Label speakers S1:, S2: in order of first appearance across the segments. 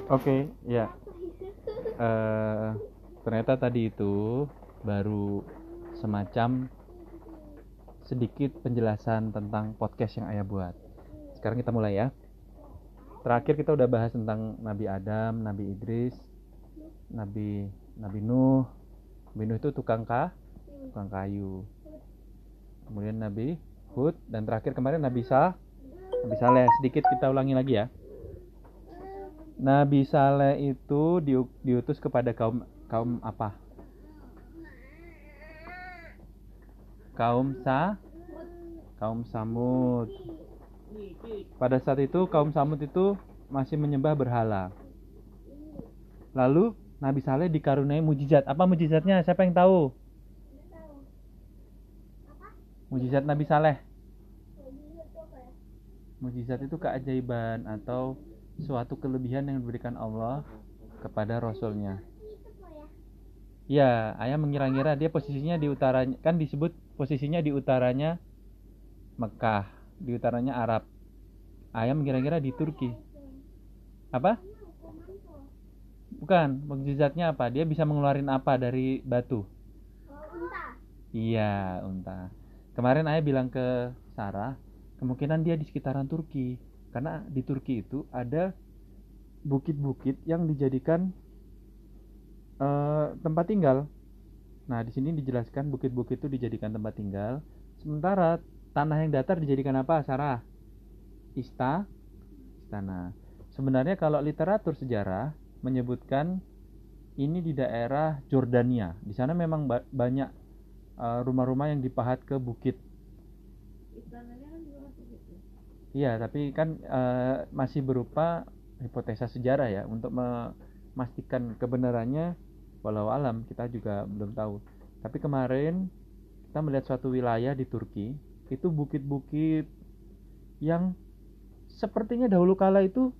S1: Oke, ya. Eh, Ternyata tadi itu baru semacam sedikit penjelasan tentang podcast yang ayah buat. Sekarang kita mulai ya. Terakhir kita udah bahas tentang Nabi Adam, Nabi Idris, Nabi Nabi Nuh. Nabi Nuh itu tukang kayu. Kemudian Nabi Hud dan terakhir kemarin Nabi Saleh. Sedikit kita ulangi lagi ya. Nabi Saleh itu diutus kepada kaum apa? Kaum Samud. Pada saat itu kaum Samud itu masih menyembah berhala. Lalu Nabi Saleh dikaruniai mujizat. Apa mujizatnya? Siapa yang tahu? Mujizat Nabi Saleh. Mujizat itu keajaiban atau suatu kelebihan yang diberikan Allah kepada Rasulnya. Ya, ayah mengira-ngira dia posisinya di utaranya, kan disebut posisinya di utaranya Mekah, di utaranya Arab. Ayah mengira-ngira di Turki. Apa? Bukan, mukjizatnya apa? Dia bisa mengeluarin apa dari batu?
S2: Unta.
S1: Iya, unta. Kemarin ayah bilang ke Sarah, kemungkinan dia di sekitaran Turki. Karena di Turki itu ada bukit-bukit yang dijadikan tempat tinggal. Nah, di sini dijelaskan bukit-bukit itu dijadikan tempat tinggal. Sementara tanah yang datar dijadikan apa, Sarah? Istana. Sebenarnya kalau literatur sejarah menyebutkan ini di daerah Jordania. Di sana memang banyak rumah-rumah yang dipahat ke bukit.
S2: Istananya kan juga masih gitu.
S1: Iya, tapi kan masih berupa hipotesa sejarah ya. Untuk memastikan kebenarannya, walau alam kita juga belum tahu. Tapi kemarin kita melihat suatu wilayah di Turki, itu bukit-bukit yang sepertinya dahulu kala itu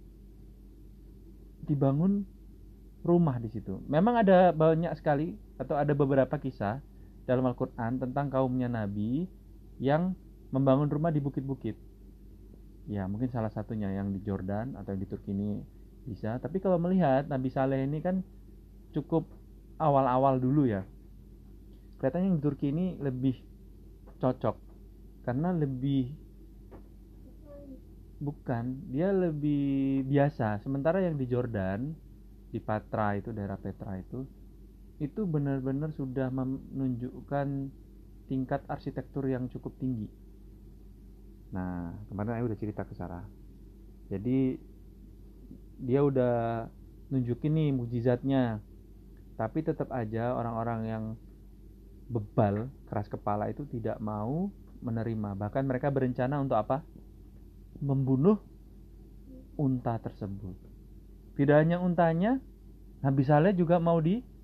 S1: dibangun rumah di situ. Memang ada banyak sekali atau ada beberapa kisah dalam Al-Quran tentang kaumnya Nabi yang membangun rumah di bukit-bukit. Ya, mungkin salah satunya yang di Jordan atau yang di Turki ini bisa. Tapi kalau melihat Nabi Saleh ini kan cukup awal-awal dulu ya. Kelihatannya yang di Turki ini lebih cocok karena dia lebih biasa. Sementara yang di Jordan, di Patra itu, daerah Petra itu benar-benar sudah menunjukkan tingkat arsitektur yang cukup tinggi. Nah, kemarin saya udah cerita ke Sarah. Jadi dia udah nunjukin nih mukjizatnya. Tapi tetap aja orang-orang yang bebal, keras kepala itu tidak mau menerima. Bahkan mereka berencana untuk apa? Membunuh unta tersebut. Tidak hanya untanya, Nabi Saleh juga mau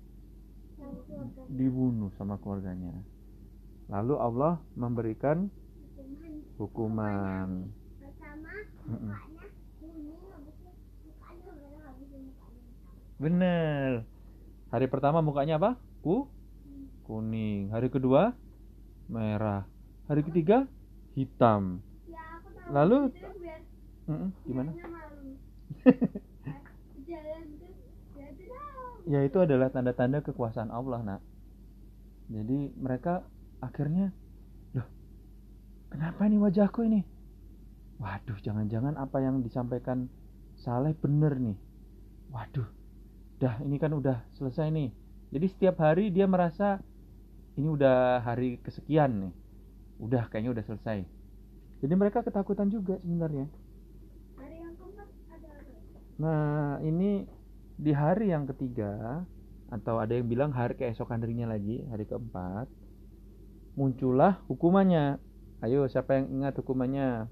S1: dibunuh sama keluarganya. Lalu Allah memberikan hukuman.
S2: Pertama mukanya kuning, habis itu mukanya merah, habis itu mukanya hitam.
S1: Bener. Hari pertama mukanya apa? Kuning. Hari kedua merah. Hari ketiga hitam.
S2: Ya, aku tahu.
S1: Lalu
S2: Terus biar
S1: gimana?
S2: malu. Jalan tuh ya tahu.
S1: Ya itu adalah tanda-tanda kekuasaan Allah, nak. Jadi mereka akhirnya, loh, kenapa ini wajahku ini? Waduh, jangan-jangan apa yang disampaikan Saleh bener nih. Waduh, ini kan udah selesai nih. Jadi setiap hari dia merasa ini udah hari kesekian nih. Udah, kayaknya udah selesai. Jadi mereka ketakutan juga sebenarnya.
S2: Hari yang keempat ada apa?
S1: Nah, ini di hari yang ketiga, atau ada yang bilang hari keesokan harinya lagi, hari keempat, muncullah hukumannya. Ayo, siapa yang ingat hukumannya?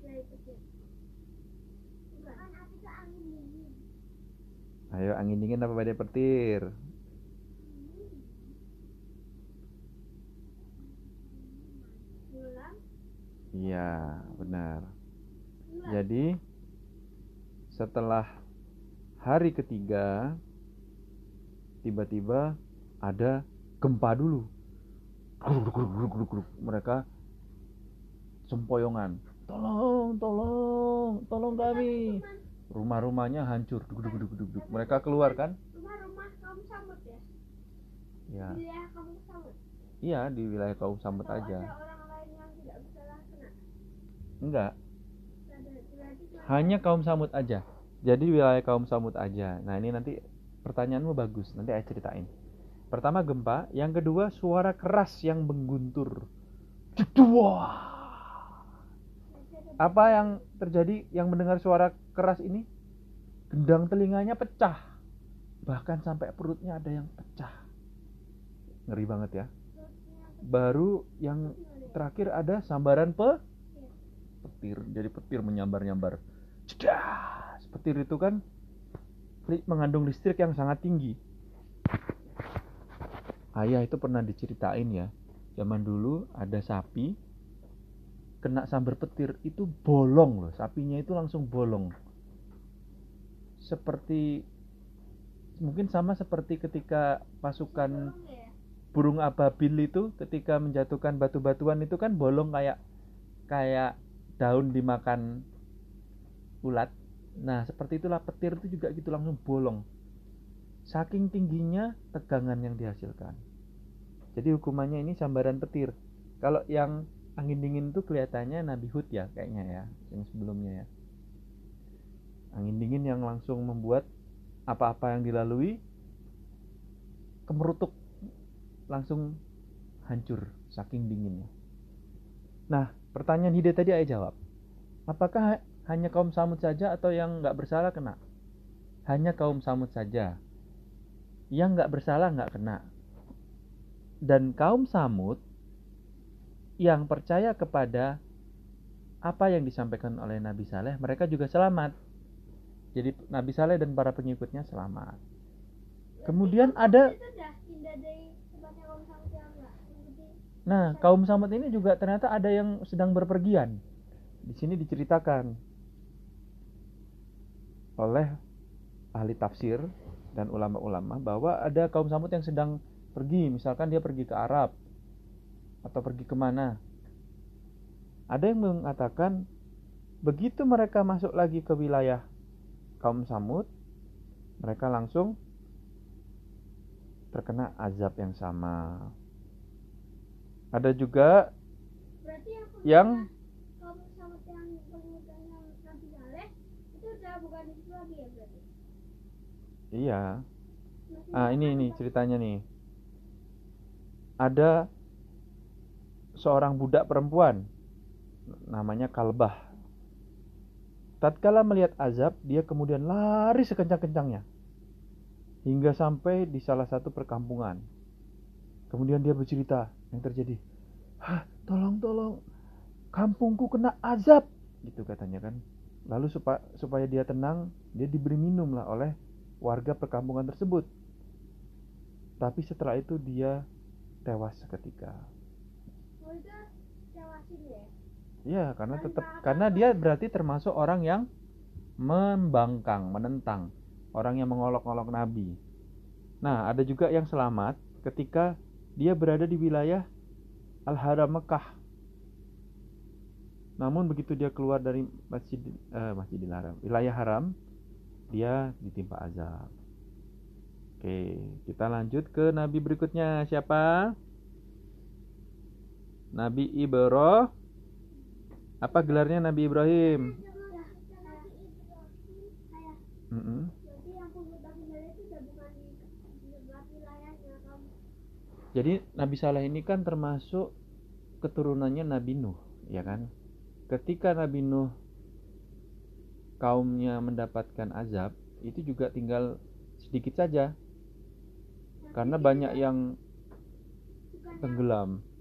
S1: Ayo, angin dingin apa badai petir? Iya, benar. Jadi setelah hari ketiga, tiba-tiba ada gempa dulu. Mereka sempoyongan, tolong kami. rumah-rumahnya hancur, duk. Mereka keluar kan?
S2: Rumah-rumah kaum Samud ya?
S1: Ya,
S2: Di wilayah kaum Samud.
S1: iya di wilayah kaum Samud
S2: Atau
S1: aja.
S2: ada orang lain yang tidak bersalah kena?
S1: Enggak,
S2: Berarti
S1: hanya kaum Samud aja. Jadi wilayah kaum Samud aja. Nah ini nanti pertanyaanmu bagus, nanti saya ceritain. Pertama gempa, yang kedua suara keras yang mengguntur. Jedua. Apa yang terjadi yang mendengar suara keras ini? Gendang telinganya pecah. Bahkan sampai perutnya ada yang pecah. Ngeri banget ya. Baru yang terakhir ada sambaran petir. Jadi petir menyambar-nyambar. Cedas. Petir itu kan mengandung listrik yang sangat tinggi. Ayah itu pernah diceritain ya. Zaman dulu ada sapi kena sambar petir itu bolong loh, sapinya itu langsung bolong. Seperti mungkin sama seperti ketika pasukan burung ababil itu ketika menjatuhkan batu-batuan itu kan bolong kayak daun dimakan ulat. Nah, seperti itulah petir itu juga gitu langsung bolong. Saking tingginya tegangan yang dihasilkan. Jadi hukumannya ini sambaran petir. Kalau yang angin dingin itu kelihatannya Nabi Hud ya kayaknya ya, yang sebelumnya ya. Angin dingin yang langsung membuat apa-apa yang dilalui kemerutuk, langsung hancur saking dinginnya. Nah, pertanyaan Hidayat tadi ayah jawab. Apakah hanya kaum Samud saja atau yang nggak bersalah kena? Hanya kaum Samud saja. Yang nggak bersalah nggak kena. Dan kaum Samud yang percaya kepada apa yang disampaikan oleh Nabi Saleh, mereka juga selamat. Jadi Nabi Saleh dan para pengikutnya selamat. Kemudian ada Nah, kaum Samud ini juga ternyata ada yang sedang berpergian. Di sini diceritakan oleh ahli tafsir dan ulama-ulama bahwa ada kaum Samud yang sedang pergi, misalkan dia pergi ke Arab atau pergi kemana. Ada yang mengatakan begitu mereka masuk lagi ke wilayah kaum Samud, mereka langsung terkena azab yang sama. Ada juga yang
S2: kaum Samud yang pengikutnya Nabi Saleh itu udah bukan di situ lagi ya berarti?
S1: Iya. Ini ceritanya nih. Ada seorang budak perempuan namanya Kalbah. Tatkala melihat azab, dia kemudian lari sekencang-kencangnya hingga sampai di salah satu perkampungan. Kemudian dia bercerita yang terjadi. Tolong, kampungku kena azab, gitu katanya kan. Lalu supaya dia tenang, dia diberi minum lah oleh warga perkampungan tersebut. Tapi setelah itu dia tewas seketika.
S2: Oh, itu tewasin ya?
S1: Iya, karena dia berarti termasuk orang yang membangkang, menentang, orang yang mengolok-olok Nabi. Nah, ada juga yang selamat ketika dia berada di wilayah Al-Haram Mekah. Namun begitu dia keluar dari Masjidil Haram, wilayah haram, dia ditimpa azab. Oke, kita lanjut ke nabi berikutnya. Siapa? Nabi Ibrahim. Apa gelarnya Nabi Ibrahim? Jadi Nabi Saleh ini kan termasuk keturunannya Nabi Nuh, ya kan? Ketika Nabi Nuh kaumnya mendapatkan azab, itu juga tinggal sedikit saja. Karena banyak yang tenggelam.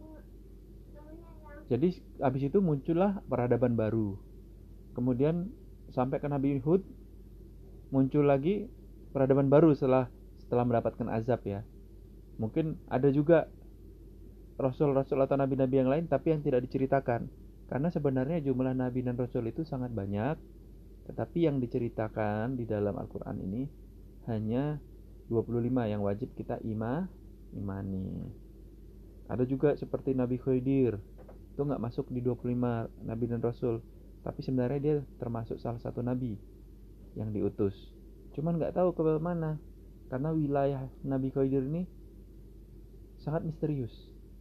S1: Jadi habis itu muncullah peradaban baru. Kemudian sampai ke Nabi Hud muncul lagi peradaban baru setelah mendapatkan azab ya. Mungkin ada juga rasul-rasul atau nabi-nabi yang lain tapi yang tidak diceritakan. Karena sebenarnya jumlah nabi dan rasul itu sangat banyak, tetapi yang diceritakan di dalam Al-Qur'an ini hanya 25 yang wajib kita imani. Ada juga seperti Nabi Khidir, itu nggak masuk di 25 nabi dan rasul, tapi sebenarnya dia termasuk salah satu nabi. yang diutus. Cuman nggak tahu ke mana, karena wilayah Nabi Khidir ini sangat misterius.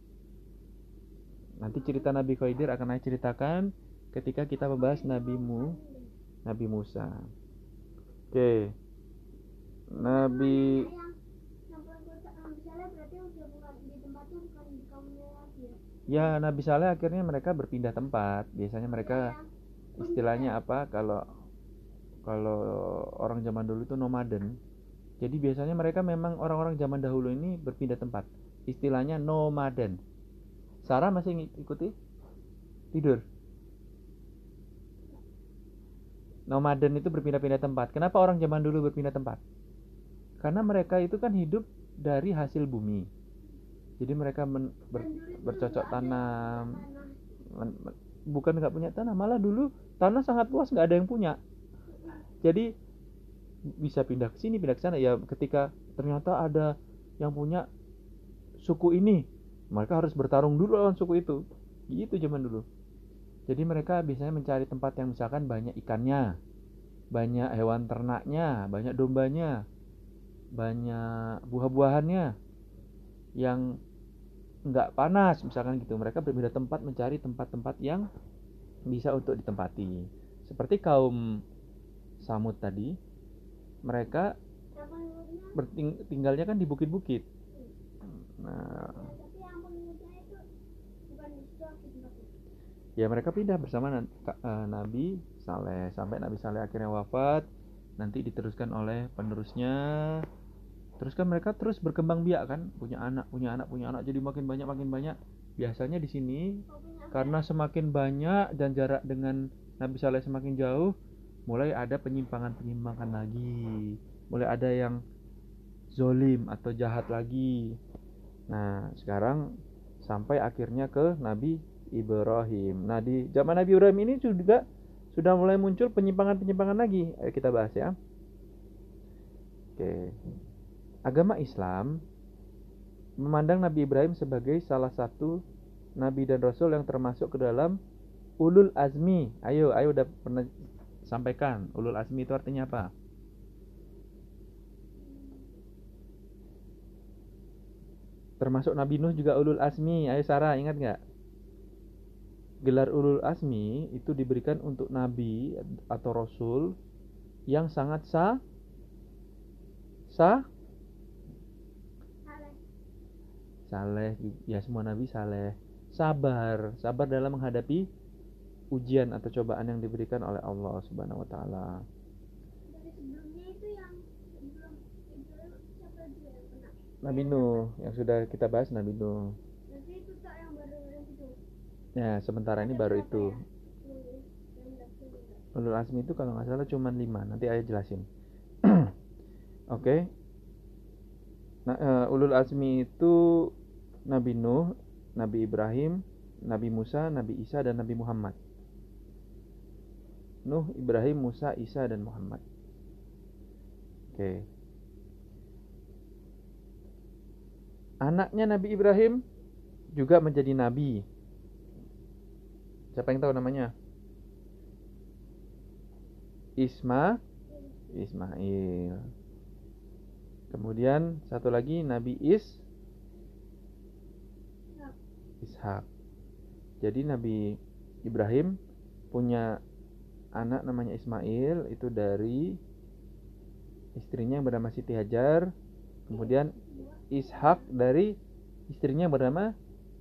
S1: Nanti cerita Nabi Khidir akan saya ceritakan ketika kita membahas Nabi Musa. Oke. Nabi Ya, Nabi Saleh akhirnya mereka berpindah tempat. Biasanya mereka istilahnya apa, kalau orang zaman dulu itu nomaden. Jadi biasanya mereka memang orang-orang zaman dahulu ini berpindah tempat. Istilahnya nomaden. Sarah masih ikuti? Tidur. Nomaden itu berpindah-pindah tempat. Kenapa orang zaman dulu berpindah tempat? Karena mereka itu kan hidup dari hasil bumi. Jadi mereka bercocok tanam. Bukan nggak punya tanah, malah dulu tanah sangat luas, nggak ada yang punya. Jadi bisa pindah ke sini, pindah ke sana. Ya ketika ternyata ada yang punya suku ini, mereka harus bertarung dulu lawan suku itu. Gitu zaman dulu. Jadi mereka biasanya mencari tempat yang misalkan banyak ikannya, banyak hewan ternaknya, banyak dombanya, banyak buah-buahannya, yang nggak panas misalkan gitu. Mereka berpindah tempat mencari tempat-tempat yang bisa untuk ditempati. Seperti kaum Samud tadi, mereka tinggalnya kan di bukit-bukit. Nah, ya mereka pindah bersama Nabi Saleh sampai Nabi Saleh akhirnya wafat. Nanti diteruskan oleh penerusnya. Terus kan mereka terus berkembang biak kan, punya anak, jadi makin banyak. Biasanya di sini karena semakin banyak dan jarak dengan Nabi Saleh semakin jauh, mulai ada penyimpangan lagi, mulai ada yang zolim atau jahat lagi. Nah sekarang sampai akhirnya ke Nabi Ibrahim. Nah di zaman Nabi Ibrahim ini juga sudah mulai muncul penyimpangan lagi. Ayo kita bahas ya. Oke. Agama Islam memandang Nabi Ibrahim sebagai salah satu Nabi dan Rasul yang termasuk ke dalam Ulul Azmi. Ayo udah pernah sampaikan. Ulul Azmi itu artinya apa? Termasuk Nabi Nuh juga Ulul Azmi. Ayo Sarah, ingat gak? Gelar Ulul Azmi itu diberikan untuk Nabi atau Rasul yang sangat saleh, ya semua Nabi saleh, sabar dalam menghadapi ujian atau cobaan yang diberikan oleh Allah Subhanahu Wa Taala. Nabi Nuh yang sudah kita bahas, Nabi Nuh. Ya sementara ini baru itu. Ulul Azmi itu kalau nggak salah cuma 5. Nanti ayah jelasin. Oke. Nah, Ulul Azmi itu Nabi Nuh, Nabi Ibrahim, Nabi Musa, Nabi Isa, dan Nabi Muhammad. Nuh, Ibrahim, Musa, Isa, dan Muhammad. Oke. Anaknya Nabi Ibrahim juga menjadi nabi. Siapa yang tahu namanya? Ismail. Kemudian satu lagi Nabi Ishak. Jadi Nabi Ibrahim punya anak namanya Ismail, itu dari istrinya yang bernama Siti Hajar. Kemudian Ishak dari istrinya yang bernama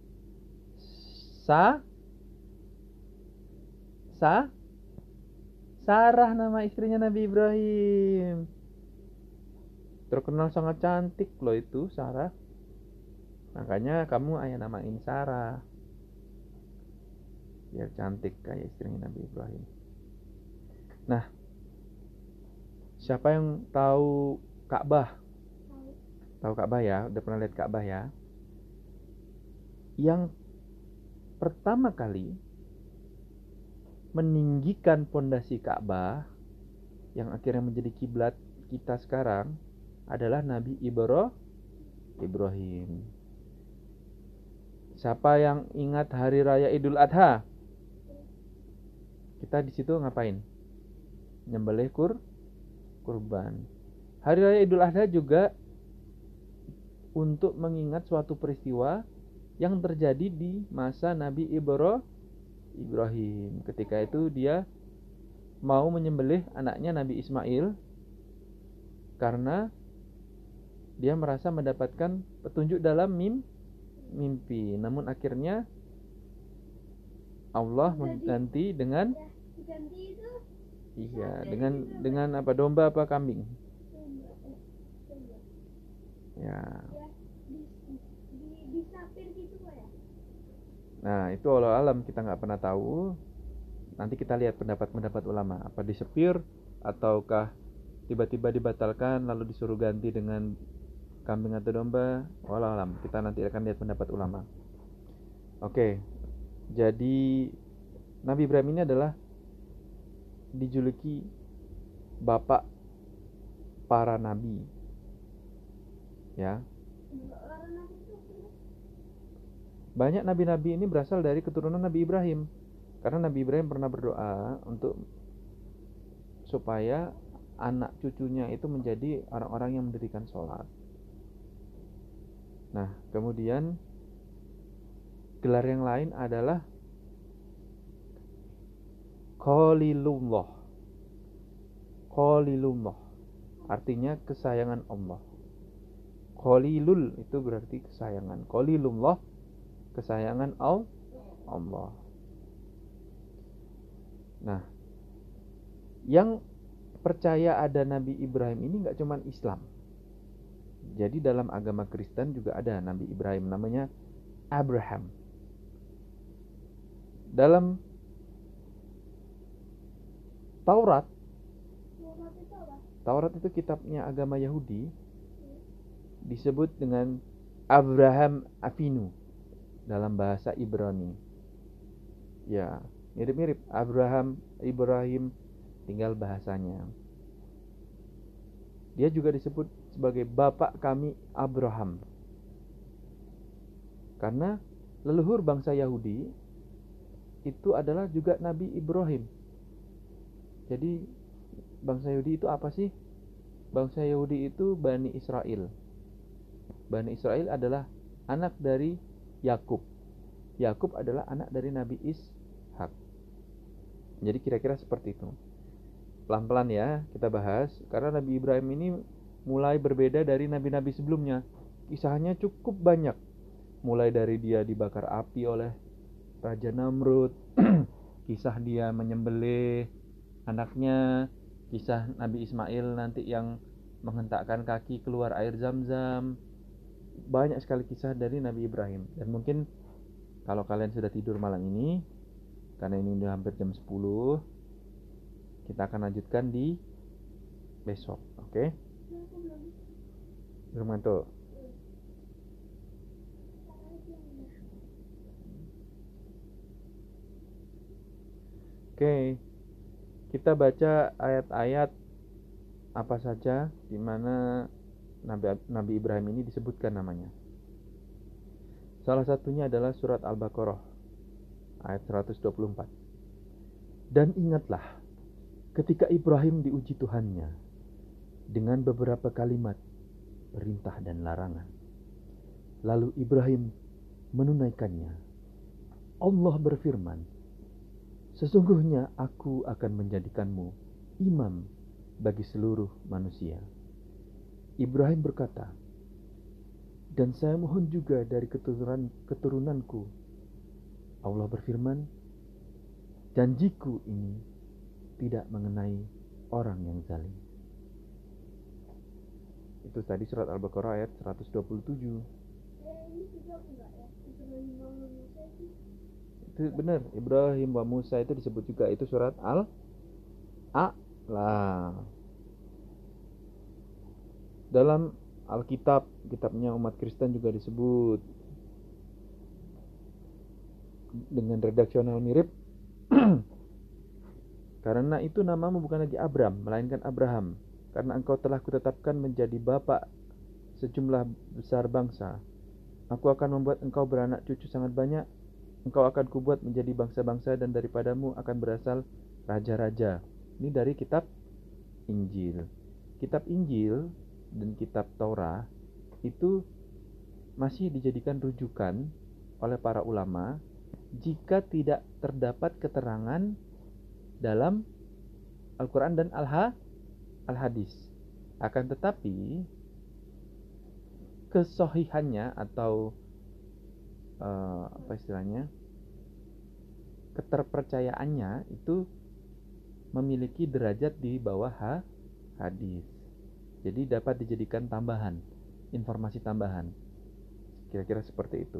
S1: Sarah, nama istrinya Nabi Ibrahim. Terkenal sangat cantik loh itu Sarah. Makanya kamu ayah namain Sarah, biar cantik kayak istrinya Nabi Ibrahim. Nah, siapa yang tahu Ka'bah? Tahu Ka'bah ya? Udah pernah lihat Ka'bah ya? Yang pertama kali meninggikan pondasi Ka'bah yang akhirnya menjadi kiblat kita sekarang adalah Nabi Ibrahim. Siapa yang ingat hari raya Idul Adha? Kita di situ ngapain? Nyembelih kurban. Hari Raya Idul Adha juga untuk mengingat suatu peristiwa yang terjadi di masa Nabi Ibrahim. Ketika itu dia mau menyembelih anaknya Nabi Ismail karena dia merasa mendapatkan petunjuk dalam mimpi. Namun akhirnya Allah mengganti dengan dengan apa, domba apa kambing? Ya. Nah, itu walau alam, kita nggak pernah tahu. Nanti kita lihat pendapat ulama, apa disepir ataukah tiba-tiba dibatalkan lalu disuruh ganti dengan kambing atau domba. Walau alam, kita nanti akan lihat pendapat ulama. Oke. Jadi Nabi Ibrahim ini adalah dijuluki bapak para nabi. Ya. Banyak nabi-nabi ini berasal dari keturunan Nabi Ibrahim. Karena Nabi Ibrahim pernah berdoa untuk supaya anak cucunya itu menjadi orang-orang yang mendirikan sholat. Nah, kemudian gelar yang lain adalah Khalilullah. Khalilullah artinya kesayangan Allah. Khalilul itu berarti kesayangan. Khalilullah kesayangan Allah. Nah, yang percaya ada Nabi Ibrahim ini nggak cuma Islam. Jadi dalam agama Kristen juga ada Nabi Ibrahim, namanya Abraham. Dalam Taurat itu kitabnya agama Yahudi, disebut dengan Abraham Avinu dalam bahasa Ibrani. Ya, mirip-mirip Ibrahim, tinggal bahasanya. Dia juga disebut sebagai bapak kami Abraham. Karena leluhur bangsa Yahudi itu adalah juga Nabi Ibrahim. Jadi bangsa Yahudi itu apa sih? Bangsa Yahudi itu Bani Israel. Bani Israel adalah anak dari Yakub. Yakub adalah anak dari Nabi Ishak. Jadi kira-kira seperti itu. Pelan-pelan ya kita bahas, karena Nabi Ibrahim ini mulai berbeda dari nabi-nabi sebelumnya. Kisahnya cukup banyak. Mulai dari dia dibakar api oleh Raja Namrud, kisah dia menyembelih anaknya, kisah Nabi Ismail nanti yang menghentakkan kaki keluar air Zam-Zam. Banyak sekali kisah dari Nabi Ibrahim. Dan mungkin kalau kalian sudah tidur malam ini, karena ini udah hampir jam 10, kita akan lanjutkan di besok. Oke? Belum ngantuk? Oke. Kita baca ayat-ayat apa saja di mana Nabi Ibrahim ini disebutkan namanya. Salah satunya adalah surat Al-Baqarah ayat 124. Dan ingatlah ketika Ibrahim diuji Tuhannya dengan beberapa kalimat perintah dan larangan. Lalu Ibrahim menunaikannya. Allah berfirman, sesungguhnya aku akan menjadikanmu imam bagi seluruh manusia. Ibrahim berkata, dan saya mohon juga dari keturunanku. Allah berfirman, janjiku ini tidak mengenai orang yang zalim. Itu tadi surat Al-Baqarah ayat 127. Itu benar, Ibrahim wa Musa itu disebut juga, itu surat Al-A'la. Dalam Alkitab, kitabnya umat Kristen juga disebut dengan redaksional mirip. Karena itu namamu bukan lagi Abram, melainkan Abraham, karena engkau telah kutetapkan menjadi bapak sejumlah besar bangsa. Aku akan membuat engkau beranak cucu sangat banyak. Engkau akan kubuat menjadi bangsa-bangsa, dan daripadamu akan berasal raja-raja. Ini dari kitab Injil. kitab Injil dan kitab Taurat itu masih dijadikan rujukan oleh para ulama jika tidak terdapat keterangan dalam Al-Quran dan Al-Hadis. Akan tetapi kesohihannya atau apa istilahnya, keterpercayaannya itu memiliki derajat di bawah hadis. Jadi dapat dijadikan tambahan, informasi tambahan. Kira-kira seperti itu.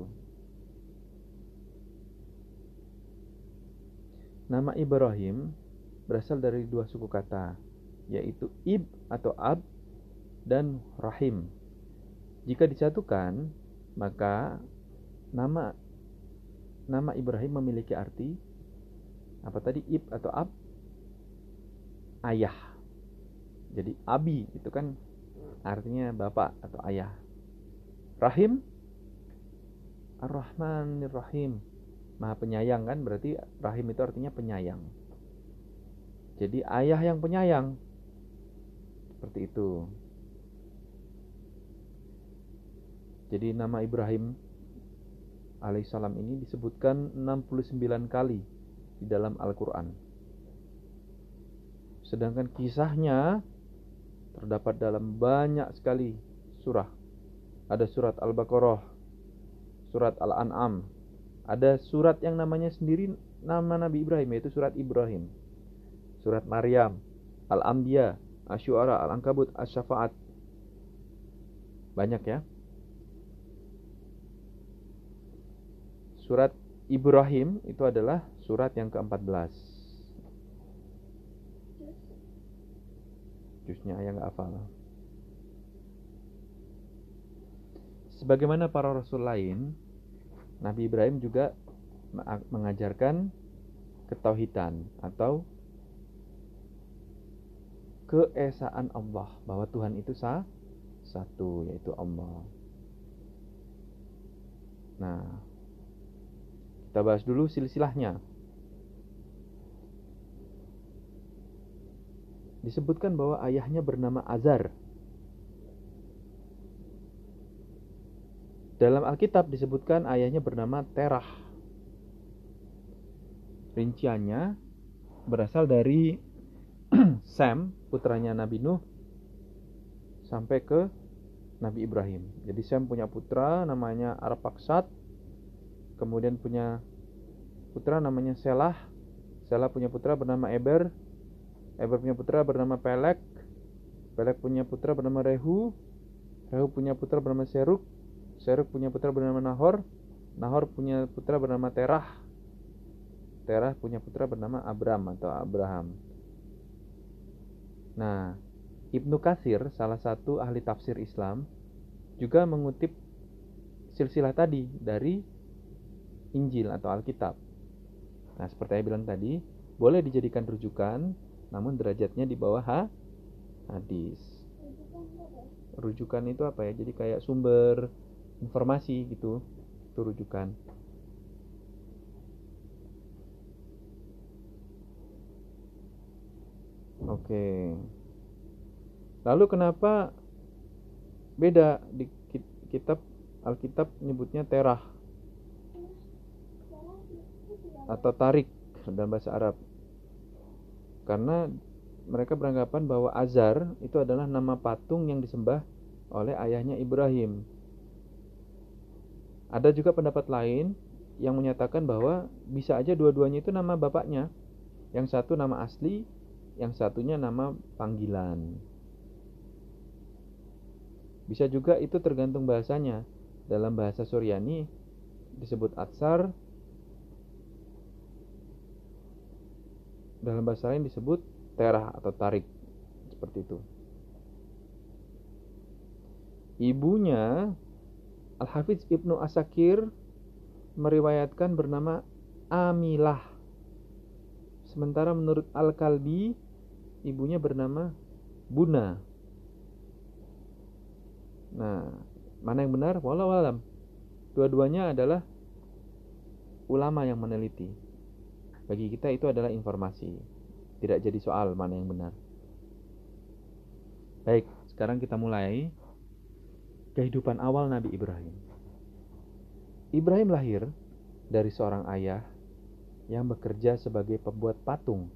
S1: Nama Ibrahim berasal dari dua suku kata, yaitu ib atau ab dan rahim. Jika disatukan, maka nama Ibrahim memiliki arti apa tadi? Ib atau ab, ayah. Jadi abi itu kan artinya bapak atau ayah. Rahim, Ar-Rahmanir Rahim, Maha penyayang kan, berarti rahim itu artinya penyayang. Jadi ayah yang penyayang. Seperti itu. Jadi nama Ibrahim alaihissalam ini disebutkan 69 kali di dalam Al-Quran. Sedangkan kisahnya terdapat dalam banyak sekali surah. Ada surat Al-Baqarah, surat Al-An'am. Ada surat yang namanya sendiri nama Nabi Ibrahim, yaitu surat Ibrahim. Surat Maryam, Al-Anbiya, Asy-Syu'ara, Al-Ankabut, Asy-Syafa'at. Banyak ya. Surat Ibrahim itu adalah surat yang ke-14. Jusnya ayah gak hafal. Sebagaimana para rasul lain, Nabi Ibrahim juga mengajarkan ketauhidan atau keesaan Allah, bahwa Tuhan itu satu, yaitu Allah. Nah, kita bahas dulu silsilahnya. Disebutkan bahwa ayahnya bernama Azar. Dalam Alkitab disebutkan ayahnya bernama Terah. Rinciannya berasal dari Sem, putranya Nabi Nuh, sampai ke Nabi Ibrahim. Jadi Sem punya putra namanya Arpakshad, kemudian punya putra namanya Selah. Selah punya putra bernama Eber. Eber punya putra bernama Pelek. Pelek punya putra bernama Rehu. Rehu punya putra bernama Seruk. Seruk punya putra bernama Nahor. Nahor punya putra bernama Terah. Terah punya putra bernama Abram atau Abraham. Nah, Ibnu Katsir, salah satu ahli tafsir Islam, juga mengutip silsilah tadi dari Injil atau Alkitab. Nah, seperti saya bilang tadi, boleh dijadikan rujukan, namun derajatnya di bawah hadis. Rujukan itu apa ya? Jadi kayak sumber informasi gitu, itu rujukan. Oke. Lalu kenapa beda di kitab Alkitab nyebutnya Terah atau Tarik dalam bahasa Arab? Karena mereka beranggapan bahwa Azar itu adalah nama patung yang disembah oleh ayahnya Ibrahim. Ada juga pendapat lain yang menyatakan bahwa bisa aja dua-duanya itu nama bapaknya. Yang satu nama asli, yang satunya nama panggilan. Bisa juga itu tergantung bahasanya. Dalam bahasa Suryani disebut Atsar, dalam bahasa lain disebut Terah atau Tarik. Seperti itu. Ibunya Al-Hafiz Ibnu Asakir meriwayatkan bernama Amilah. Sementara menurut Al-Kalbi, ibunya bernama Buna. Nah, mana yang benar? Wallahu alam. Dua-duanya adalah ulama yang meneliti. Bagi kita itu adalah informasi. Tidak jadi soal mana yang benar. Baik, sekarang kita mulai kehidupan awal Nabi Ibrahim. Ibrahim lahir dari seorang ayah yang bekerja sebagai pembuat patung.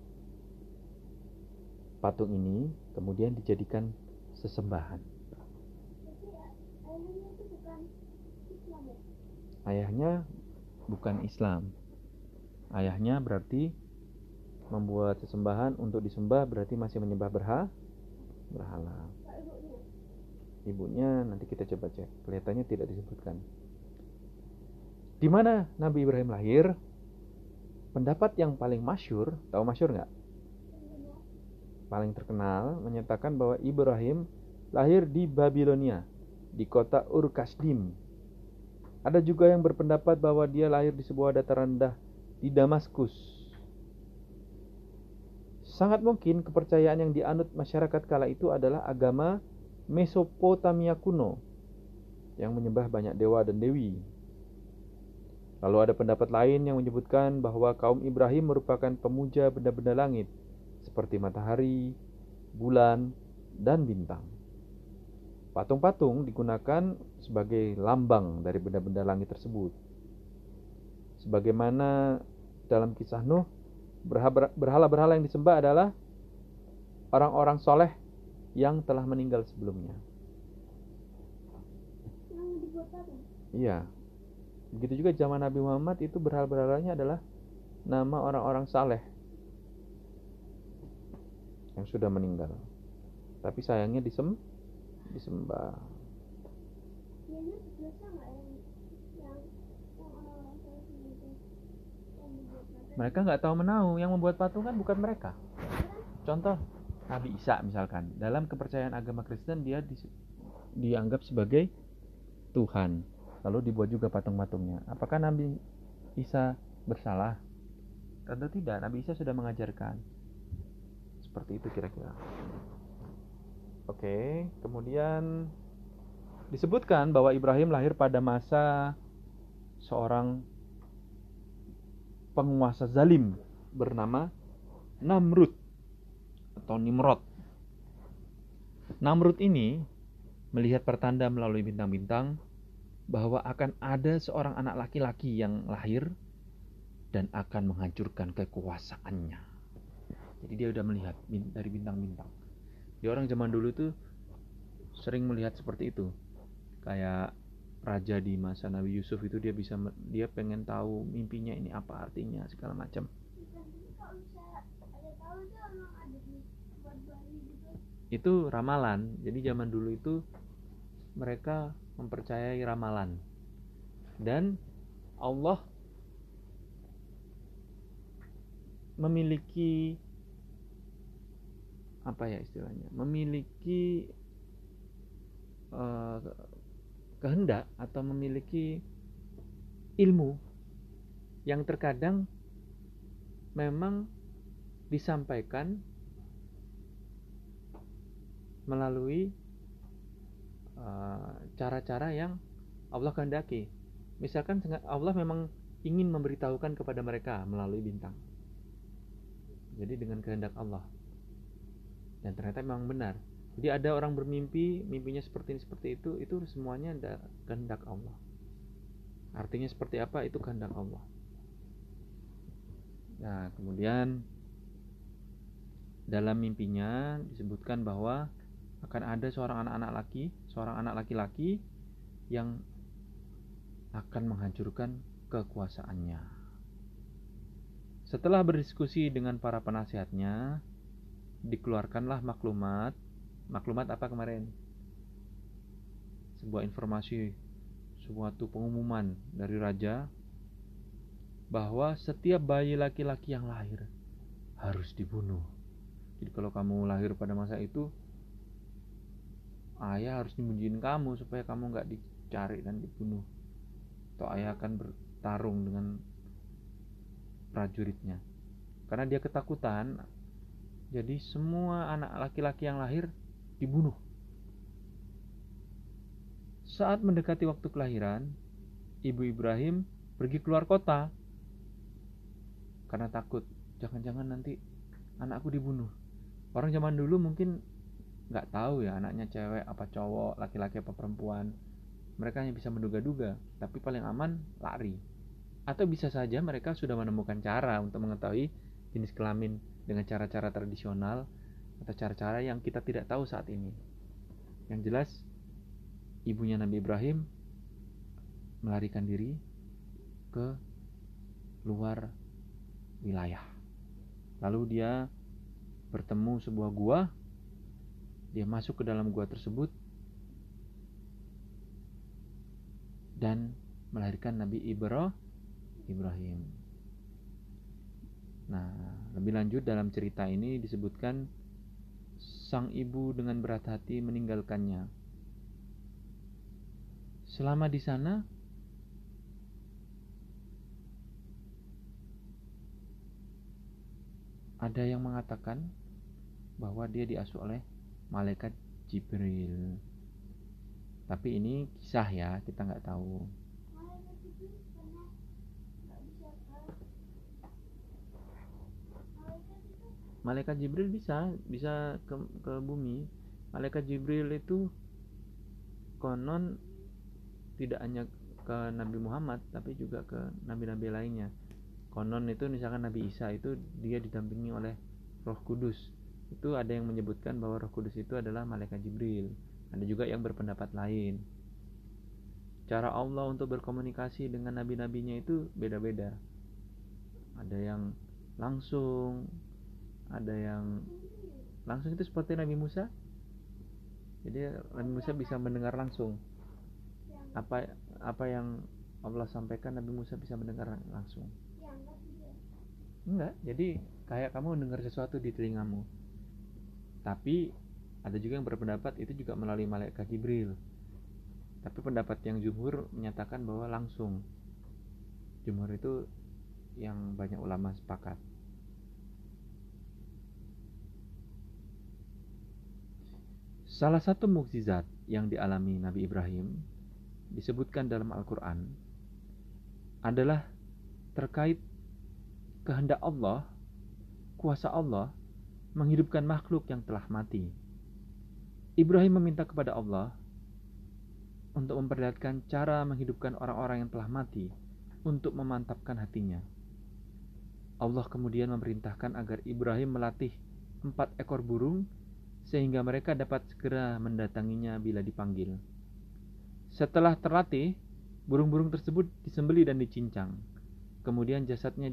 S1: Patung ini kemudian dijadikan sesembahan. Ayahnya bukan Islam. Ayahnya berarti membuat sesembahan untuk disembah, berarti masih menyembah berhala. Ibunya nanti kita coba cek. Kelihatannya tidak disebutkan. Di mana Nabi Ibrahim lahir? Pendapat yang paling masyhur, tahu masyhur nggak? Paling terkenal menyatakan bahwa Ibrahim lahir di Babilonia, di kota Ur-Kasdim. Ada juga yang berpendapat bahwa dia lahir di sebuah dataran rendah di Damaskus. Sangat mungkin kepercayaan yang dianut masyarakat kala itu adalah agama Mesopotamia kuno yang menyembah banyak dewa dan dewi. Lalu ada pendapat lain yang menyebutkan bahwa kaum Ibrahim merupakan pemuja benda-benda langit seperti matahari, bulan, dan bintang. Patung-patung digunakan sebagai lambang dari benda-benda langit tersebut. Sebagaimana dalam kisah Nuh, berhala-berhala yang disembah adalah orang-orang soleh yang telah meninggal sebelumnya. Iya. Begitu juga zaman Nabi Muhammad itu berhala-berhalanya adalah nama orang-orang saleh yang sudah meninggal. Tapi sayangnya disembah. Mereka nggak tahu menahu, yang membuat patung kan bukan mereka. Contoh Nabi Isa misalkan, dalam kepercayaan agama Kristen dia dianggap sebagai Tuhan. Lalu dibuat juga patung-patungnya. Apakah Nabi Isa bersalah? Tentu tidak. Nabi Isa sudah mengajarkan seperti itu kira-kira. Oke, kemudian disebutkan bahwa Ibrahim lahir pada masa seorang penguasa zalim bernama Namrud atau Nimrod. Namrud ini melihat pertanda melalui bintang-bintang bahwa akan ada seorang anak laki-laki yang lahir dan akan menghancurkan kekuasaannya. Jadi dia udah melihat dari bintang-bintang. Di orang zaman dulu tuh sering melihat seperti itu. Kayak raja di masa Nabi Yusuf itu dia pengen tahu mimpinya ini apa artinya segala macam. Itu ramalan. Jadi zaman dulu itu mereka mempercayai ramalan. Dan Allah memiliki apa ya istilahnya? Memiliki kehendak atau memiliki ilmu yang terkadang memang disampaikan melalui cara-cara yang Allah kehendaki. Misalkan Allah memang ingin memberitahukan kepada mereka melalui bintang. Jadi dengan kehendak Allah. Dan ternyata memang benar. Jadi ada orang bermimpi, mimpinya seperti ini seperti itu semuanya ada kehendak Allah. Artinya seperti apa itu kehendak Allah. Nah, kemudian dalam mimpinya disebutkan bahwa akan ada seorang anak laki-laki yang akan menghancurkan kekuasaannya. Setelah berdiskusi dengan para penasihatnya, dikeluarkanlah maklumat. Maklumat apa kemarin? Sebuah informasi, suatu pengumuman dari raja bahwa setiap bayi laki-laki yang lahir harus dibunuh. Jadi kalau kamu lahir pada masa itu, ayah harus nyembunyiin kamu supaya kamu gak dicari dan dibunuh. Atau ayah akan bertarung dengan prajuritnya. Karena dia ketakutan, jadi semua anak laki-laki yang lahir dibunuh. Saat mendekati waktu kelahiran, ibu Ibrahim pergi keluar kota karena takut jangan-jangan nanti anakku dibunuh. Orang zaman dulu mungkin nggak tahu ya anaknya cewek apa cowok, laki-laki apa perempuan. Mereka hanya bisa menduga-duga, tapi paling aman lari. Atau bisa saja mereka sudah menemukan cara untuk mengetahui jenis kelamin dengan cara-cara tradisional atau cara-cara yang kita tidak tahu saat ini. Yang jelas, ibunya Nabi Ibrahim melarikan diri ke luar wilayah. Lalu dia bertemu sebuah gua. Dia masuk ke dalam gua tersebut dan melahirkan Nabi Ibrahim. Nah, lebih lanjut dalam cerita ini disebutkan sang ibu dengan berat hati meninggalkannya. Selama di sana, ada yang mengatakan bahwa dia diasuh oleh malaikat Jibril. Tapi ini kisah ya, kita nggak tahu. Malaikat Jibril bisa ke bumi. Malaikat Jibril itu konon tidak hanya ke Nabi Muhammad, tapi juga ke nabi-nabi lainnya. Konon itu misalkan Nabi Isa itu dia didampingi oleh Roh Kudus. Itu ada yang menyebutkan bahwa Roh Kudus itu adalah malaikat Jibril. Ada juga yang berpendapat lain. Cara Allah untuk berkomunikasi dengan nabi-nabinya itu beda-beda. Ada yang langsung, ada yang langsung itu seperti Nabi Musa. Jadi Nabi Musa bisa mendengar langsung. Apa yang Allah sampaikan, Nabi Musa bisa mendengar langsung. Enggak, jadi kayak kamu mendengar sesuatu di telingamu. Tapi ada juga yang berpendapat itu juga melalui malaikat Jibril. Tapi pendapat yang jumhur menyatakan bahwa langsung. Jumhur itu yang banyak ulama sepakat. Salah satu mukjizat yang dialami Nabi Ibrahim disebutkan dalam Al-Quran adalah terkait kehendak Allah, kuasa Allah menghidupkan makhluk yang telah mati. Ibrahim meminta kepada Allah untuk memperlihatkan cara menghidupkan orang-orang yang telah mati untuk memantapkan hatinya. Allah kemudian memerintahkan agar Ibrahim melatih 4 ekor burung sehingga mereka dapat segera mendatanginya bila dipanggil. Setelah terlatih, burung-burung tersebut disembelih dan dicincang. Kemudian jasadnya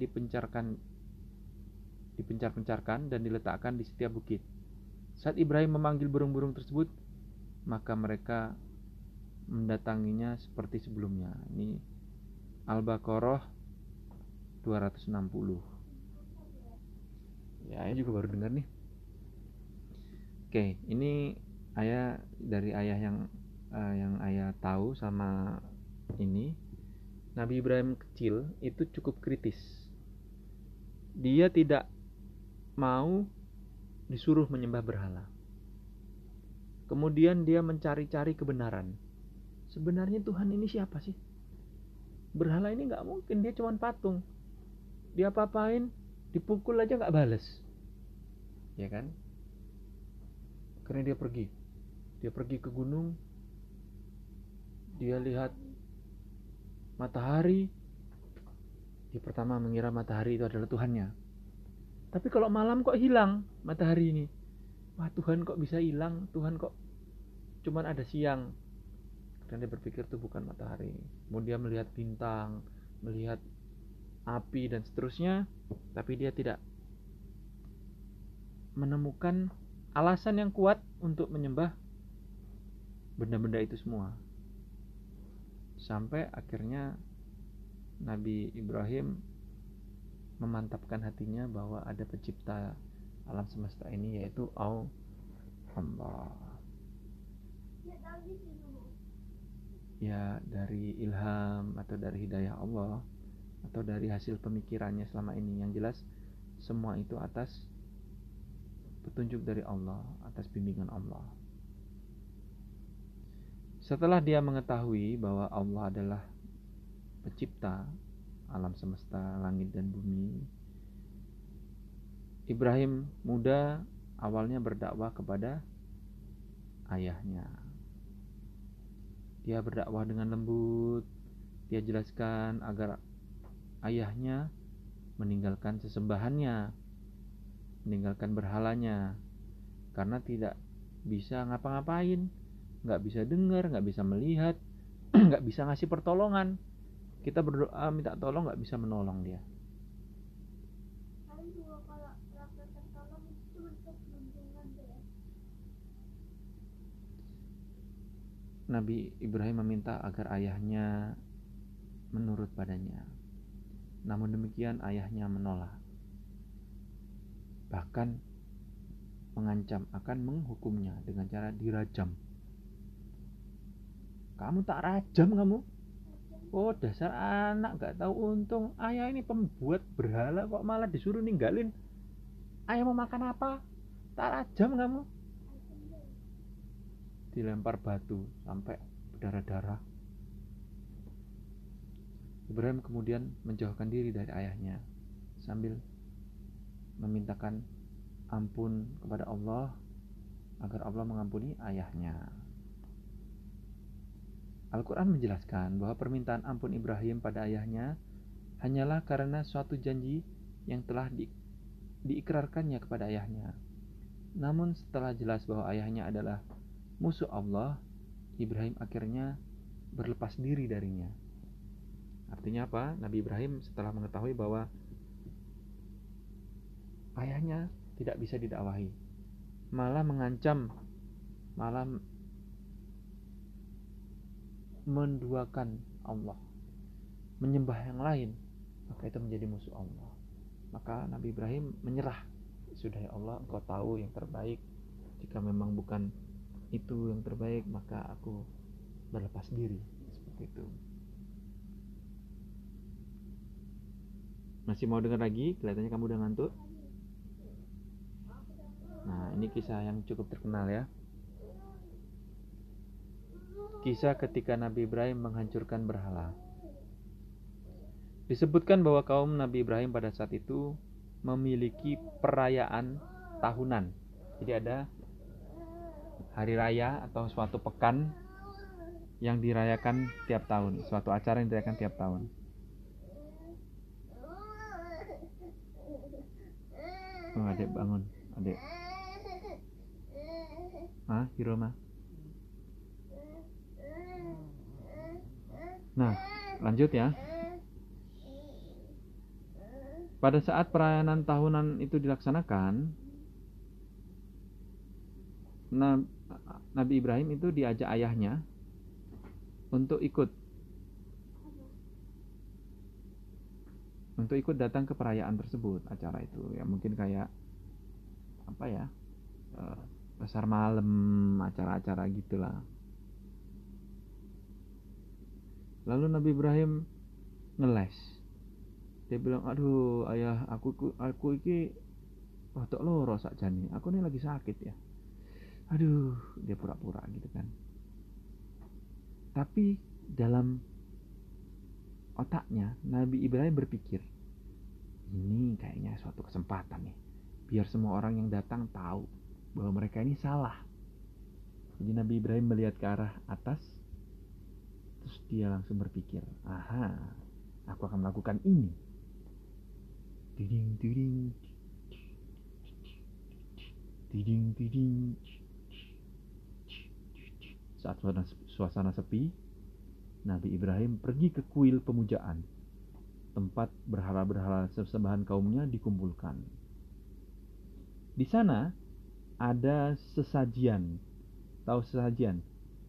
S1: dipencar-pencarkan dan diletakkan di setiap bukit. Saat Ibrahim memanggil burung-burung tersebut, maka mereka mendatanginya seperti sebelumnya. Ini Al-Baqarah 260. Ya, saya juga baru dengar nih. Oke, ini dari ayah yang ayah tahu sama ini. Nabi Ibrahim kecil itu cukup kritis. Dia tidak mau disuruh menyembah berhala. Kemudian dia mencari-cari kebenaran. Sebenarnya Tuhan ini siapa sih? Berhala ini gak mungkin, dia cuma patung. Dia apa-apain, dipukul aja gak bales. Ya kan? Karena dia pergi ke gunung. Dia lihat matahari. Dia pertama mengira matahari itu adalah Tuhannya. Tapi kalau malam kok hilang matahari ini? Wah, Tuhan kok bisa hilang? Tuhan kok cuman ada siang? Dan dia berpikir itu bukan matahari. Kemudian melihat bintang, melihat api dan seterusnya. Tapi dia tidak menemukan alasan yang kuat untuk menyembah benda-benda itu semua. Sampai akhirnya Nabi Ibrahim memantapkan hatinya bahwa ada pencipta alam semesta ini, yaitu Allah. Ya, dari ilham atau dari hidayah Allah atau dari hasil pemikirannya selama ini. Yang jelas semua itu atas petunjuk dari Allah, atas bimbingan Allah. Setelah dia mengetahui bahwa Allah adalah pencipta alam semesta, langit dan bumi, Ibrahim muda awalnya berdakwah kepada ayahnya. Dia berdakwah dengan lembut. Dia jelaskan agar ayahnya meninggalkan sesembahannya, meninggalkan berhalanya, karena tidak bisa ngapa-ngapain, nggak bisa dengar, nggak bisa melihat, nggak bisa ngasih pertolongan. Kita berdoa minta tolong, nggak bisa menolong dia.
S2: Paling juga kalau rasa tertolong itu bentuk junjungan tuh ya.
S1: Nabi Ibrahim meminta agar ayahnya menurut padanya. Namun demikian ayahnya menolak. Bahkan mengancam akan menghukumnya dengan cara dirajam. Kamu tak rajam kamu? Oh, dasar anak gak tahu untung. Ayah ini pembuat berhala kok malah disuruh ninggalin. Ayah mau makan apa? Tak rajam kamu. Dilempar batu sampai berdarah-darah. Ibrahim kemudian menjauhkan diri dari ayahnya sambil memintakan ampun kepada Allah agar Allah mengampuni ayahnya. Al-Quran menjelaskan bahwa permintaan ampun Ibrahim pada ayahnya hanyalah karena suatu janji yang telah diikrarkannya kepada ayahnya. Namun setelah jelas bahwa ayahnya adalah musuh Allah, Ibrahim akhirnya berlepas diri darinya. Artinya apa? Nabi Ibrahim setelah mengetahui bahwa ayahnya tidak bisa didakwahi, malah mengancam, malah menduakan Allah, menyembah yang lain, maka itu menjadi musuh Allah. Maka Nabi Ibrahim menyerah. Sudah ya Allah, Engkau tahu yang terbaik. Jika memang bukan itu yang terbaik, maka aku berlepas diri. Seperti itu. Masih mau dengar lagi? Kelihatannya kamu udah ngantuk. Nah, ini kisah yang cukup terkenal ya. Kisah ketika Nabi Ibrahim menghancurkan berhala. Disebutkan bahwa kaum Nabi Ibrahim pada saat itu memiliki perayaan tahunan. Jadi ada hari raya atau suatu pekan yang dirayakan tiap tahun, suatu acara yang dirayakan tiap tahun. Oh, adek bangun, adek. Hiroma. Nah, lanjut ya. Pada saat perayaan tahunan itu dilaksanakan, Nabi Ibrahim itu diajak ayahnya untuk ikut datang ke perayaan tersebut, acara itu ya, mungkin kayak apa ya, pasar malam, acara-acara gitulah. Lalu Nabi Ibrahim ngeles. Dia bilang, aduh ayah, aku iki rodok loro sakjane, aku ini lagi sakit ya. Aduh, dia pura-pura gitu kan. Tapi dalam otaknya Nabi Ibrahim berpikir, ini kayaknya suatu kesempatan nih, biar semua orang yang datang tahu bahwa mereka ini salah. Jadi Nabi Ibrahim melihat ke arah atas, terus dia langsung berpikir, aha, aku akan melakukan ini. Tiding tiding tiding tiding. Saat suasana sepi, Nabi Ibrahim pergi ke kuil pemujaan, tempat berhala-berhala sesembahan kaumnya dikumpulkan. Di sana ada sesajian. Tahu sesajian?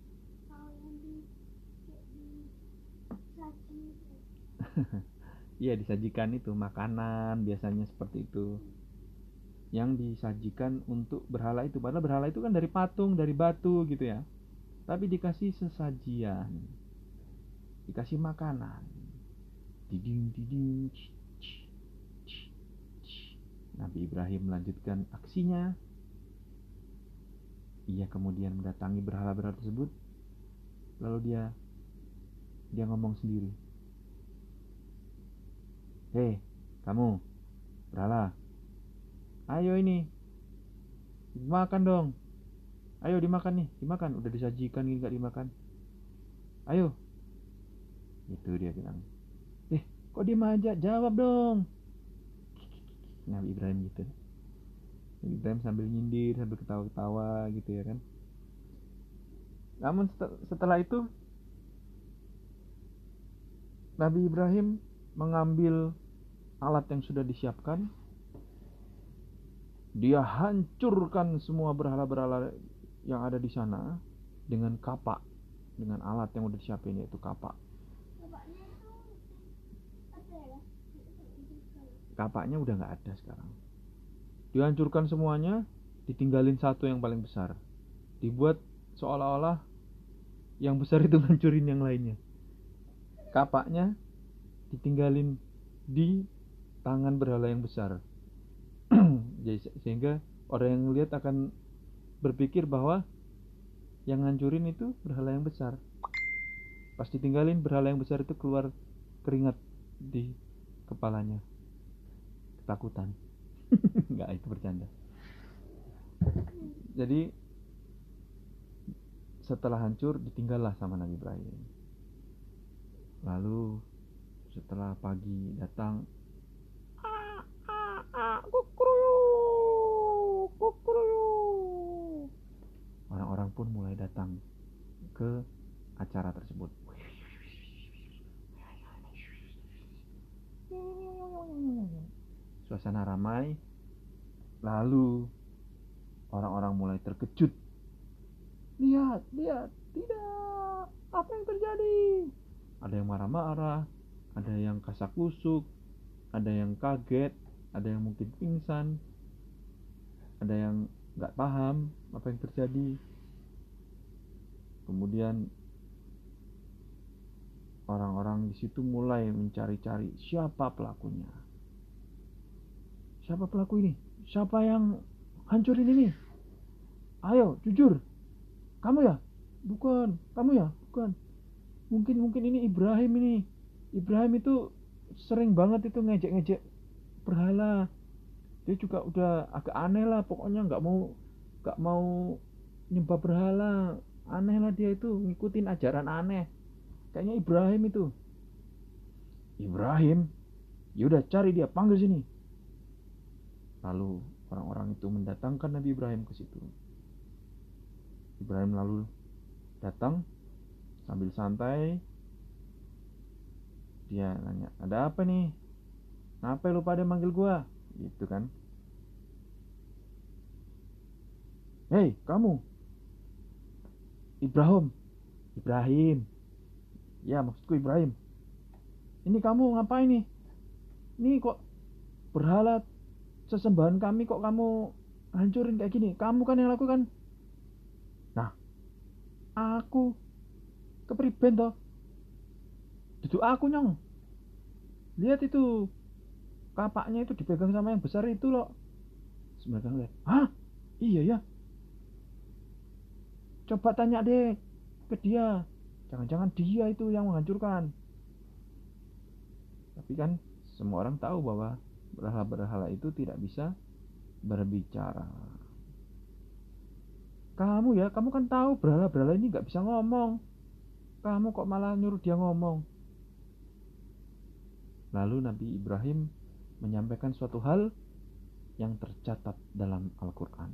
S1: Iya, disajikan itu makanan, biasanya seperti itu, yang disajikan untuk berhala itu. Padahal berhala itu kan dari patung, dari batu gitu ya, tapi dikasih sesajian, dikasih makanan. Diding diding. Nabi Ibrahim melanjutkan aksinya. Ia kemudian mendatangi berhala-berhala tersebut. Lalu dia ngomong sendiri, hei kamu berhala, ayo ini makan dong. Ayo dimakan nih, dimakan. Udah disajikan ini gak dimakan. Ayo. Itu dia bilang. Kok diem aja? Jawab dong. Nabi Ibrahim gitu. Nabi Ibrahim sambil nyindir, sambil ketawa-ketawa gitu ya kan. Namun setelah itu Nabi Ibrahim mengambil alat yang sudah disiapkan. Dia hancurkan semua berhala-berhala yang ada di sana dengan kapak, dengan alat yang udah disiapin, yaitu kapak. Kapaknya udah nggak ada sekarang. Dihancurkan semuanya, ditinggalin satu yang paling besar. Dibuat seolah-olah yang besar itu ngancurin yang lainnya. Kapaknya ditinggalin di tangan berhala yang besar. Sehingga orang yang lihat akan berpikir bahwa yang ngancurin itu berhala yang besar. Pas ditinggalin, berhala yang besar itu keluar keringat di kepalanya. Ketakutan. Enggak, itu bercanda. Jadi setelah hancur ditinggallah sama Nabi Ibrahim. Lalu setelah pagi datang, orang-orang pun mulai datang ke acara tersebut. Suasana ramai. Lalu orang-orang mulai terkejut. Lihat, tidak. Apa yang terjadi? Ada yang marah-marah, ada yang kasak-kusuk, ada yang kaget, ada yang mungkin pingsan, ada yang nggak paham apa yang terjadi. Kemudian orang-orang di situ mulai mencari-cari siapa pelakunya. Siapa pelaku ini? Siapa yang hancurin ini? Ayo, jujur. Kamu ya? Bukan. Kamu ya? Bukan. Mungkin ini Ibrahim ini. Ibrahim itu sering banget itu ngejek-ngejek berhala. Dia juga udah agak aneh lah, pokoknya nggak mau nyembah berhala. Aneh lah dia itu, ngikutin ajaran aneh. Kayaknya Ibrahim itu. Ibrahim? Yaudah cari dia, panggil sini. Lalu orang-orang itu mendatangkan Nabi Ibrahim ke situ. Ibrahim lalu datang sambil santai. Dia nanya, ada apa nih? Kenapa lu pada manggil gua? Gitu kan. Hei kamu, Ibrahim. Ya maksudku Ibrahim. Ini kamu ngapain nih? Ini kok berhala sesembahan kami kok kamu hancurin kayak gini? Kamu kan yang lakukan. Nah, aku kepriben toh. Duduk aku nyong. Lihat itu kapaknya itu dipegang sama yang besar itu loh. Mereka ngeliat, hah? Iya ya. Coba tanya deh ke dia. Jangan-jangan dia itu yang menghancurkan. Tapi kan semua orang tahu bahwa berhala-berhala itu tidak bisa berbicara. Kamu kan tahu berhala-berhala ini gak bisa ngomong. Kamu kok malah nyuruh dia ngomong. Lalu Nabi Ibrahim menyampaikan suatu hal yang tercatat dalam Al-Quran.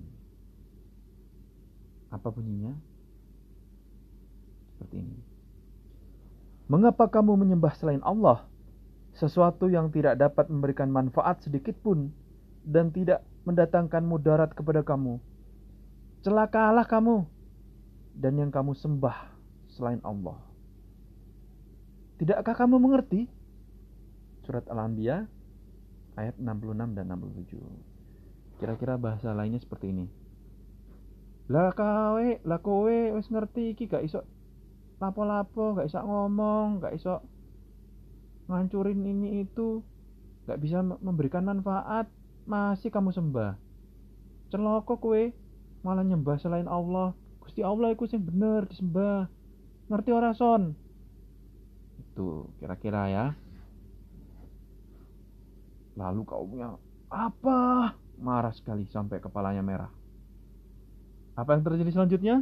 S1: Apa bunyinya? Seperti ini. Mengapa kamu menyembah selain Allah, sesuatu yang tidak dapat memberikan manfaat sedikit pun dan tidak mendatangkan mudarat kepada kamu? Celakalah kamu dan yang kamu sembah selain Allah. Tidakkah kamu mengerti? Surat Al-Anbiya ayat 66 dan 67. Kira-kira bahasa lainnya seperti ini. Lah kowe wis ngerti iki gak iso lapo-lapo, gak iso ngomong, gak iso ngancurin ini itu, gak bisa memberikan manfaat, masih kamu sembah. Celaka kowe malah nyembah selain Allah. Gusti Allah iku sing bener disembah. Ngerti ora son? Itu kira-kira ya. Lalu kaumnya apa? Marah sekali sampai kepalanya merah. Apa yang terjadi selanjutnya?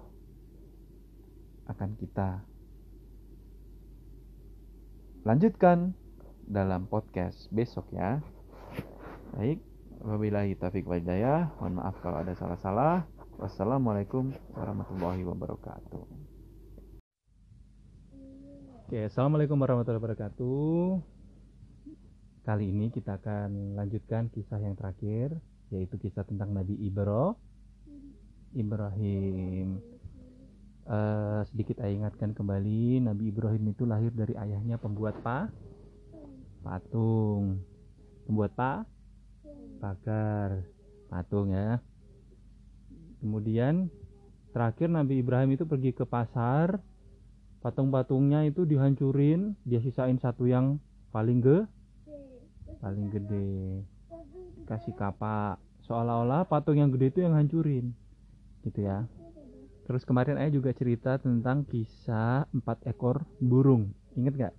S1: Akan kita lanjutkan dalam podcast besok ya. Baik, wabillahi taufiq wal hidayah. Mohon maaf kalau ada salah-salah. Wassalamualaikum warahmatullahi wabarakatuh. Oke, assalamualaikum warahmatullahi wabarakatuh. Kali ini kita akan lanjutkan kisah yang terakhir, yaitu kisah tentang Nabi Ibrahim. Sedikit saya ingatkan kembali, Nabi Ibrahim itu lahir dari ayahnya pembuat patung, pembuat pagar, patung ya. Kemudian terakhir Nabi Ibrahim itu pergi ke pasar, patung-patungnya itu dihancurin, dia sisain satu yang paling gede, kasih kapak, seolah-olah patung yang gede itu yang hancurin, gitu ya. Terus kemarin ayah juga cerita tentang kisah 4 ekor burung. Ingat gak?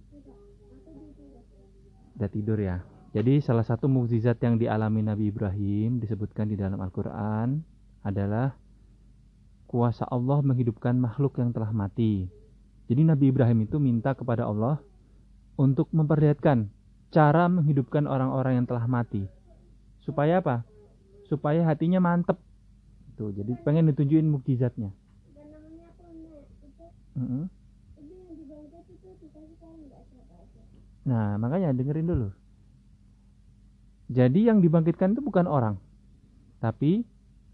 S1: Udah tidur ya. Jadi salah satu mukjizat yang dialami Nabi Ibrahim disebutkan di dalam Al-Quran adalah kuasa Allah menghidupkan makhluk yang telah mati. Jadi Nabi Ibrahim itu minta kepada Allah untuk memperlihatkan cara menghidupkan orang-orang yang telah mati. Supaya apa? Supaya hatinya mantep. Tuh, jadi pengen ditunjukin mukjizatnya. Nah, makanya dengerin dulu. Jadi yang dibangkitkan itu bukan orang, tapi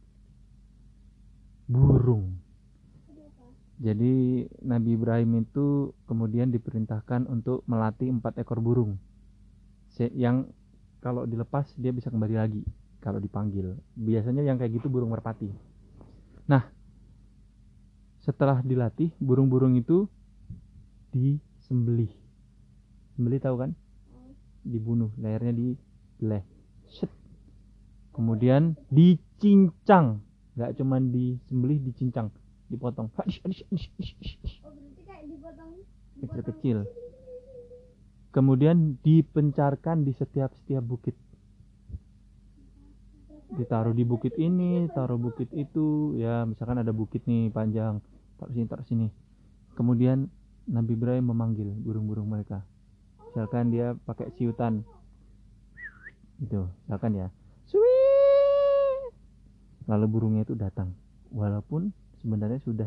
S1: burung. Jadi Nabi Ibrahim itu kemudian diperintahkan untuk melatih 4 ekor burung. Yang kalau dilepas dia bisa kembali lagi kalau dipanggil. Biasanya yang kayak gitu burung merpati. Nah, setelah dilatih, burung-burung itu disembelih. Sembelih tahu kan? Dibunuh, lehernya dibeleh. Kemudian dicincang. Gak cuman disembelih, dicincang, dipotong.
S2: Oh, berarti kayak dipotong
S1: Kecil-kecil. Kemudian dipencarkan di setiap bukit. Ditaruh di bukit ini, taruh bukit itu, ya misalkan ada bukit nih panjang, taruh sini. Kemudian Nabi Ibrahim memanggil burung-burung mereka. Misalkan dia pakai siutan, gitu, misalkan ya, sweet. Lalu burungnya itu datang, walaupun sebenarnya sudah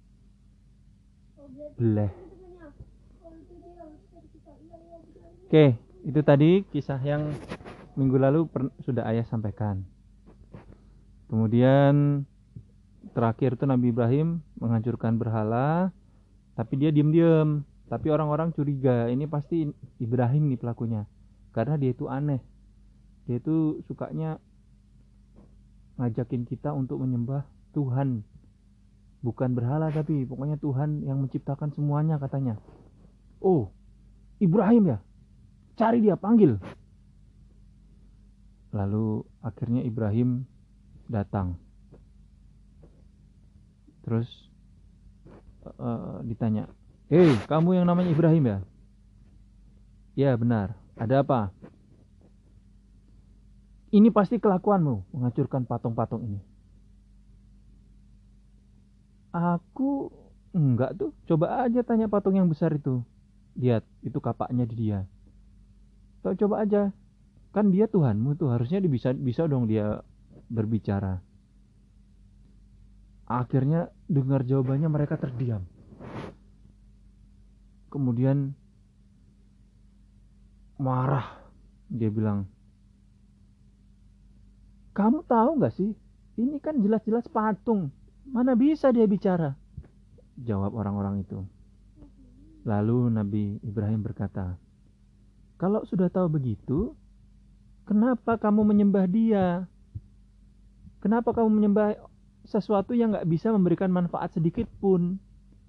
S1: dibeleh. Oke, itu tadi kisah yang minggu lalu sudah ayah sampaikan. Kemudian terakhir itu Nabi Ibrahim menghancurkan berhala, tapi dia diam-diam. Tapi orang-orang curiga, ini pasti Ibrahim nih pelakunya, karena dia itu aneh. Dia itu sukanya ngajakin kita untuk menyembah Tuhan, bukan berhala, tapi pokoknya Tuhan yang menciptakan semuanya katanya. Oh, Ibrahim ya, cari dia, panggil. Lalu akhirnya Ibrahim datang. Terus ditanya, "Hei, kamu yang namanya Ibrahim ya?" "Ya, benar. Ada apa?" "Ini pasti kelakuanmu menghancurkan patung-patung ini." "Aku enggak tuh. Coba aja tanya patung yang besar itu. Lihat, itu kapaknya di dia. Coba aja. Kan dia Tuhanmu tuh, harusnya bisa dong dia berbicara." Akhirnya dengar jawabannya mereka terdiam. Kemudian marah. Dia bilang, "Kamu tahu gak sih? Ini kan jelas-jelas patung. Mana bisa dia bicara?" Jawab orang-orang itu. Lalu Nabi Ibrahim berkata, "Kalau sudah tahu begitu, kenapa kamu menyembah dia? Kenapa kamu menyembah sesuatu yang gak bisa memberikan manfaat sedikit pun?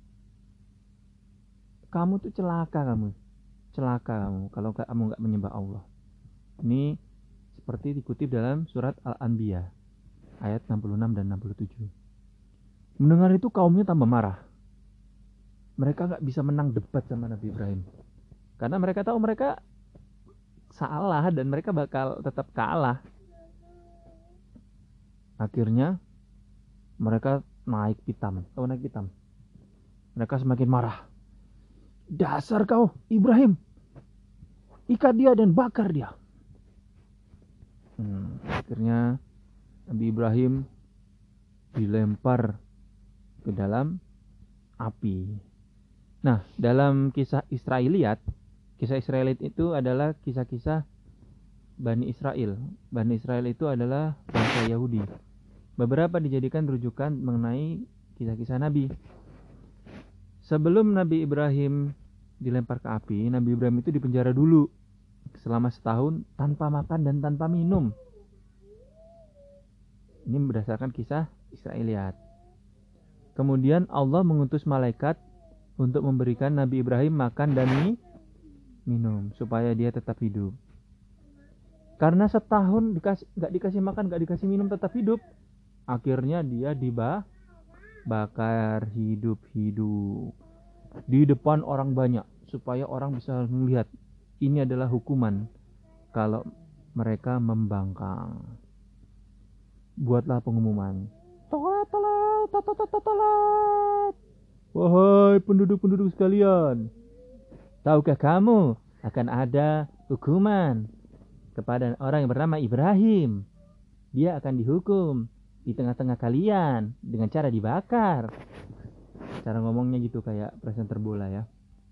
S1: Kamu tuh celaka kamu kalau kamu gak menyembah Allah." Ini seperti dikutip dalam surat Al-Anbiya ayat 66 dan 67. Mendengar itu kaumnya tambah marah. Mereka gak bisa menang debat sama Nabi Ibrahim, karena mereka tahu mereka salah dan mereka bakal tetap kalah. Akhirnya Mereka naik pitam. Tahu naik pitam? Mereka semakin marah. Dasar kau, Ibrahim. Ikat dia dan bakar dia. Akhirnya Nabi Ibrahim dilempar ke dalam api. Nah, dalam kisah Israeliat itu adalah kisah-kisah Bani Israel. Bani Israel itu adalah bangsa Yahudi. Beberapa dijadikan rujukan mengenai kisah-kisah Nabi. Sebelum Nabi Ibrahim dilempar ke api, Nabi Ibrahim itu dipenjara dulu selama setahun tanpa makan dan tanpa minum. Ini berdasarkan kisah Israeliat. Kemudian Allah mengutus malaikat untuk memberikan Nabi Ibrahim makan dan minum supaya dia tetap hidup. Karena setahun gak dikasih makan, gak dikasih minum, tetap hidup. Akhirnya dia dibakar hidup-hidup di depan orang banyak supaya orang bisa melihat ini adalah hukuman kalau mereka membangkang. Buatlah pengumuman. Tolet. Wahai penduduk-penduduk sekalian, tahukah kamu akan ada hukuman kepada orang yang bernama Ibrahim? Dia akan dihukum di tengah-tengah kalian dengan cara dibakar. Cara ngomongnya gitu kayak presenter bola ya.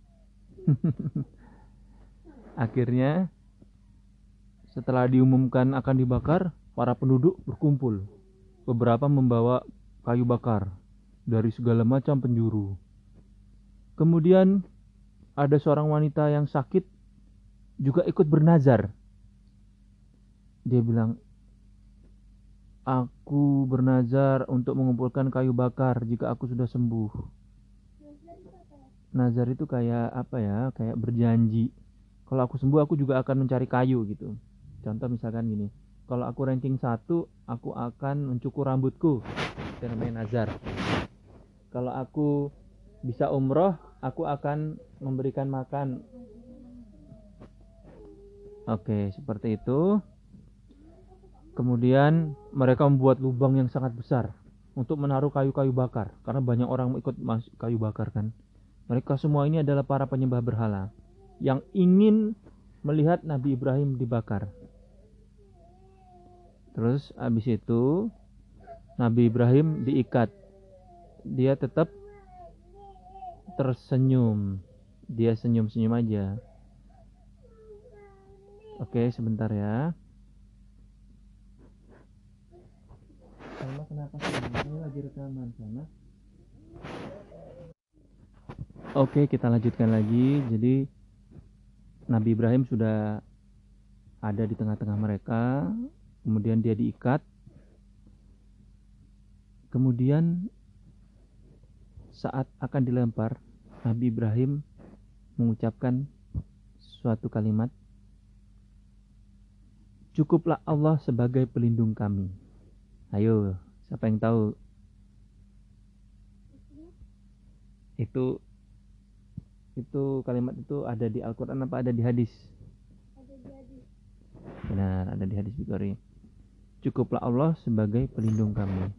S1: Akhirnya setelah diumumkan akan dibakar, para penduduk berkumpul. Beberapa membawa kayu bakar dari segala macam penjuru. Kemudian ada seorang wanita yang sakit juga ikut bernazar. Dia bilang, aku bernazar untuk mengumpulkan kayu bakar jika aku sudah sembuh. Nazar itu kayak apa ya? Kayak berjanji. Kalau aku sembuh aku juga akan mencari kayu gitu. Contoh misalkan gini. Kalau aku ranking 1, aku akan mencukur rambutku. Itu namanya nazar. Kalau aku bisa umroh, aku akan memberikan makan. Oke, seperti itu. Kemudian mereka membuat lubang yang sangat besar untuk menaruh kayu-kayu bakar. Karena banyak orang ikut kayu bakar kan. Mereka semua ini adalah para penyembah berhala yang ingin melihat Nabi Ibrahim dibakar. Terus habis itu Nabi Ibrahim diikat. Dia tetap tersenyum. Dia senyum-senyum aja. Oke, sebentar ya. Sama kenapa sih? Ini lagi rekaman sama. Oke, kita lanjutkan lagi. Jadi Nabi Ibrahim sudah ada di tengah-tengah mereka. Kemudian dia diikat. Kemudian saat akan dilempar, Nabi Ibrahim mengucapkan suatu kalimat, cukuplah Allah sebagai pelindung kami. Ayo, siapa yang tahu? Itu kalimat itu ada di Al-Quran apa ada di hadis?
S2: Ada di hadis.
S1: Benar, ada di hadis Bukhari. Cukuplah Allah sebagai pelindung kami.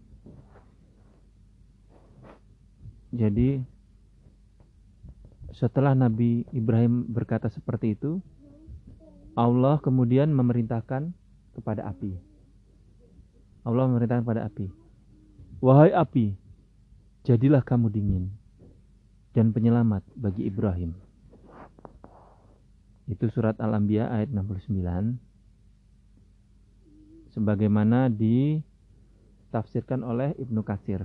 S1: Jadi setelah Nabi Ibrahim berkata seperti itu, Allah kemudian memerintahkan kepada api. Allah memerintahkan kepada api. Wahai api, jadilah kamu dingin dan penyelamat bagi Ibrahim. Itu surat Al-Anbiya ayat 69. Sebagaimana ditafsirkan oleh Ibnu Katsir.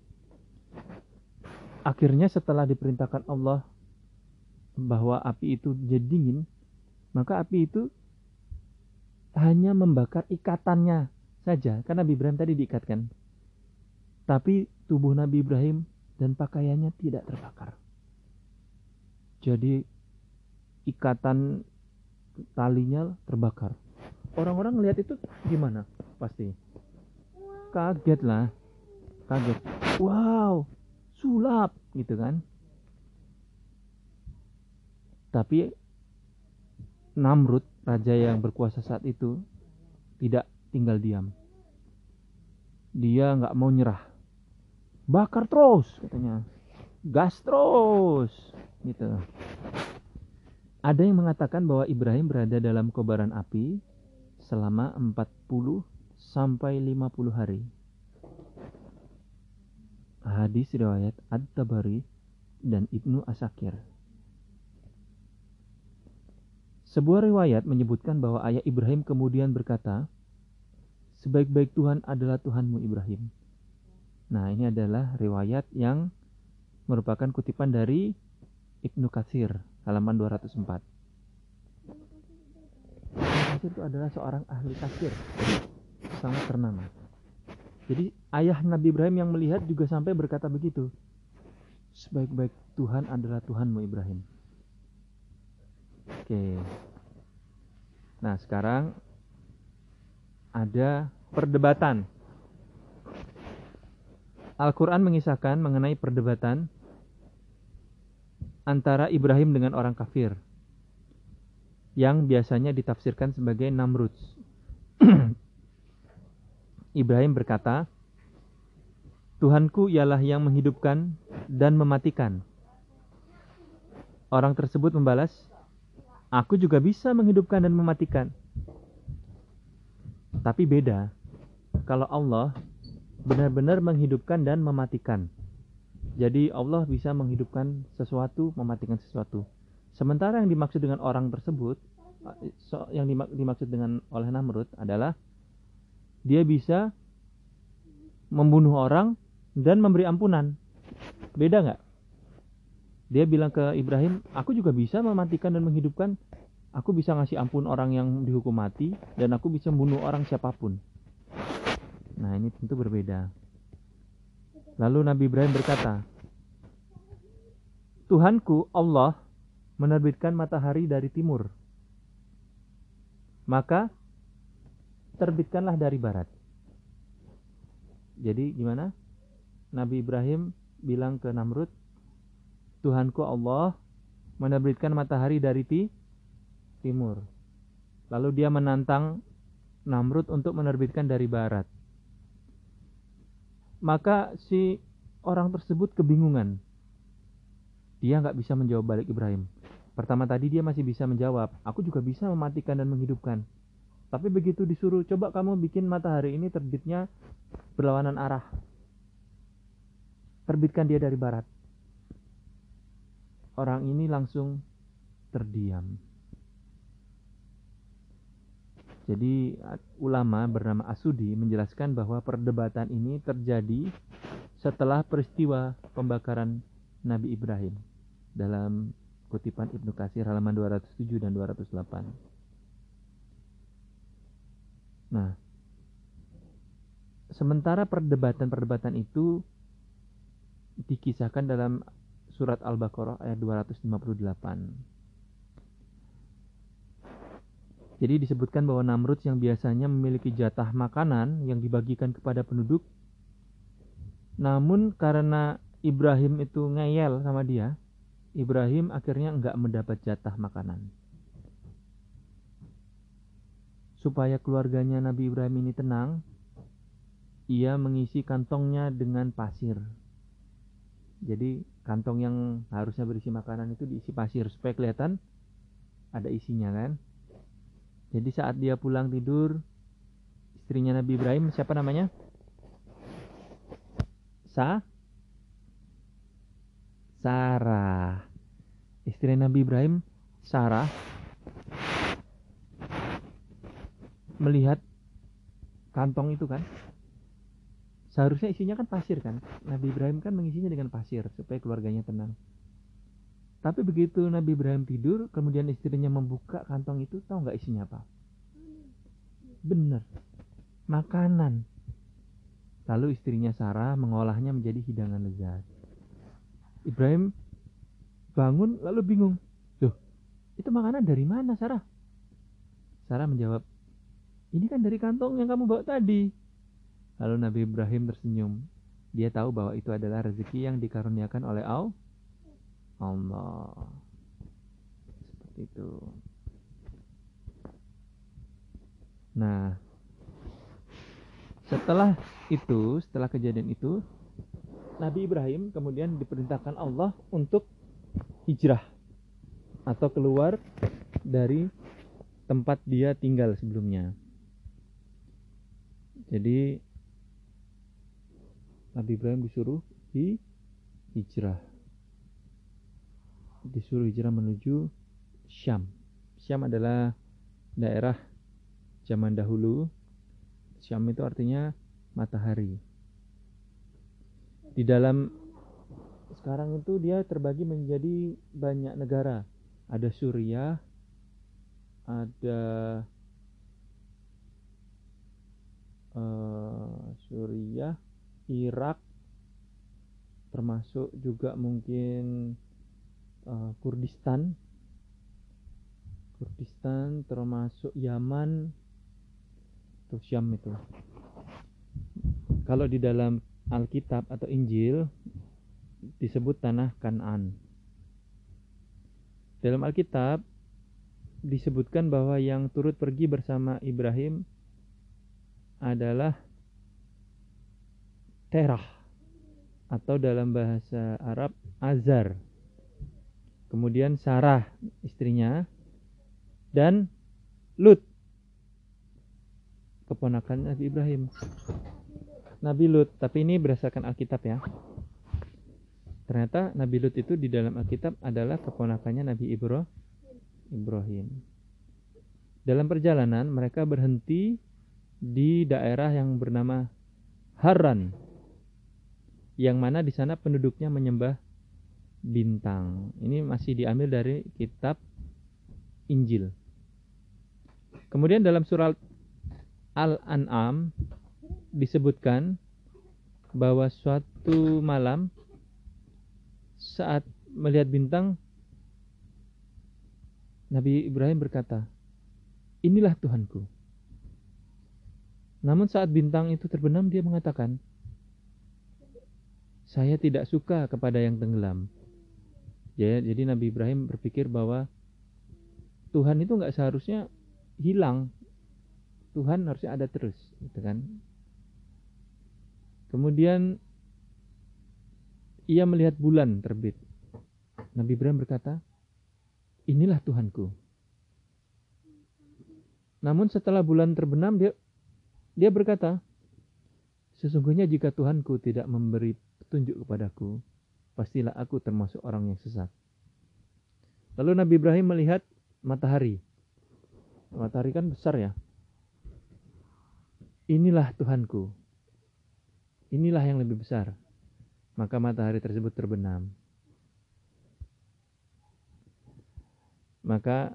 S1: Akhirnya setelah diperintahkan Allah bahwa api itu jadi dingin, maka api itu hanya membakar ikatannya saja. Karena Nabi Ibrahim tadi diikatkan. Tapi tubuh Nabi Ibrahim dan pakaiannya tidak terbakar. Jadi ikatan talinya terbakar. Orang-orang ngelihat itu gimana? Pasti kaget lah. Kaget. Wow, sulap gitu kan. Tapi Namrud, raja yang berkuasa saat itu, tidak tinggal diam. Dia nggak mau nyerah. bakar terus katanya, gas terus gitu. Ada yang mengatakan bahwa Ibrahim berada dalam kobaran api selama 40 sampai 50 hari. Hadis riwayat At-Tabari dan Ibnu Asakir. Sebuah riwayat menyebutkan bahwa ayah Ibrahim kemudian berkata, sebaik-baik Tuhan adalah Tuhanmu Ibrahim. Nah, ini adalah riwayat yang merupakan kutipan dari Ibnu Katsir, halaman 204. Ibnu Katsir itu adalah seorang ahli tafsir sangat ternama. Jadi ayah Nabi Ibrahim yang melihat juga sampai berkata begitu. Sebaik-baik Tuhan adalah Tuhanmu Ibrahim. Oke. Nah, sekarang ada perdebatan. Al-Quran mengisahkan mengenai perdebatan antara Ibrahim dengan orang kafir yang biasanya ditafsirkan sebagai Namrud. Ibrahim berkata, Tuhanku ialah yang menghidupkan dan mematikan. Orang tersebut membalas, aku juga bisa menghidupkan dan mematikan. Tapi beda, kalau Allah benar-benar menghidupkan dan mematikan. Jadi Allah bisa menghidupkan sesuatu, mematikan sesuatu. Sementara yang dimaksud dengan orang tersebut, yang dimaksud dengan oleh Namrud adalah dia bisa membunuh orang dan memberi ampunan. Beda nggak? Dia bilang ke Ibrahim, aku juga bisa mematikan dan menghidupkan. Aku bisa ngasih ampun orang yang dihukum mati, dan aku bisa membunuh orang siapapun. Nah, ini tentu berbeda. Lalu Nabi Ibrahim berkata, Tuhanku Allah menerbitkan matahari dari timur, maka terbitkanlah dari barat. Jadi gimana? Nabi Ibrahim bilang ke Namrud, Tuhanku Allah menerbitkan matahari dari timur. Lalu dia menantang Namrud untuk menerbitkan dari barat. Maka si orang tersebut kebingungan. Dia nggak bisa menjawab balik Ibrahim. Pertama tadi dia masih bisa menjawab, aku juga bisa mematikan dan menghidupkan. Tapi begitu disuruh, coba kamu bikin matahari ini terbitnya berlawanan arah. Terbitkan dia dari barat. Orang ini langsung terdiam. Jadi ulama bernama As-Sudi menjelaskan bahwa perdebatan ini terjadi setelah peristiwa pembakaran Nabi Ibrahim dalam kutipan Ibnu Katsir halaman 207 dan 208. Nah, sementara perdebatan itu dikisahkan dalam surat Al-Baqarah ayat 258. Jadi disebutkan bahwa Namrud yang biasanya memiliki jatah makanan yang dibagikan kepada penduduk, namun karena Ibrahim itu ngeyel sama dia, Ibrahim akhirnya enggak mendapat jatah makanan. Supaya keluarganya Nabi Ibrahim ini tenang, ia mengisi kantongnya dengan pasir. Jadi kantong yang harusnya berisi makanan itu diisi pasir supaya kelihatan ada isinya kan. Jadi saat dia pulang tidur, istrinya Nabi Ibrahim, siapa namanya? Sarah. Istri Nabi Ibrahim, Sarah, melihat kantong itu kan. Seharusnya isinya kan pasir kan. Nabi Ibrahim kan mengisinya dengan pasir supaya keluarganya tenang. Tapi begitu Nabi Ibrahim tidur, kemudian istrinya membuka kantong itu, tahu nggak isinya apa? Bener, makanan. Lalu istrinya Sarah mengolahnya menjadi hidangan lezat. Ibrahim bangun lalu bingung. Loh, itu makanan dari mana Sarah? Sarah menjawab, ini kan dari kantong yang kamu bawa tadi. Lalu Nabi Ibrahim tersenyum. Dia tahu bahwa itu adalah rezeki yang dikaruniakan oleh Allah. Seperti itu. Nah, setelah kejadian itu, Nabi Ibrahim kemudian diperintahkan Allah untuk hijrah atau keluar dari tempat dia tinggal sebelumnya. Jadi Nabi Ibrahim disuruh hijrah menuju Syam. Syam adalah daerah zaman dahulu. Syam itu artinya matahari. Di dalam sekarang itu dia terbagi menjadi banyak negara. Ada Suriah, ada Suriah, Irak, termasuk juga mungkin Kurdistan, termasuk Yaman, atau Syam itu. Kalau di dalam Alkitab atau Injil disebut tanah Kanaan. Dalam Alkitab disebutkan bahwa yang turut pergi bersama Ibrahim adalah Terah, atau dalam bahasa Arab Azar. Kemudian Sarah istrinya, dan Lut, keponakan Nabi Ibrahim. Nabi Lut, tapi ini berdasarkan Alkitab ya. Ternyata Nabi Lut itu di dalam Alkitab adalah keponakannya Nabi Ibrahim. Dalam perjalanan mereka berhenti di daerah yang bernama Haran, yang mana di sana penduduknya menyembah bintang. Ini masih diambil dari kitab Injil. Kemudian dalam surat Al-An'am disebutkan bahwa suatu malam saat melihat bintang, Nabi Ibrahim berkata, "Inilah Tuhanku." Namun saat bintang itu terbenam, dia mengatakan, "Saya tidak suka kepada yang tenggelam." Jadi Nabi Ibrahim berpikir bahwa Tuhan itu nggak seharusnya hilang. Tuhan harusnya ada terus, gitu kan? Kemudian ia melihat bulan terbit. Nabi Ibrahim berkata, "Inilah Tuhanku." Namun setelah bulan terbenam, dia berkata, "Sesungguhnya jika Tuhanku tidak memberi petunjuk kepadaku, pastilah aku termasuk orang yang sesat." Lalu Nabi Ibrahim melihat matahari. Matahari kan besar ya. "Inilah Tuhanku. Inilah yang lebih besar." Maka matahari tersebut terbenam. Maka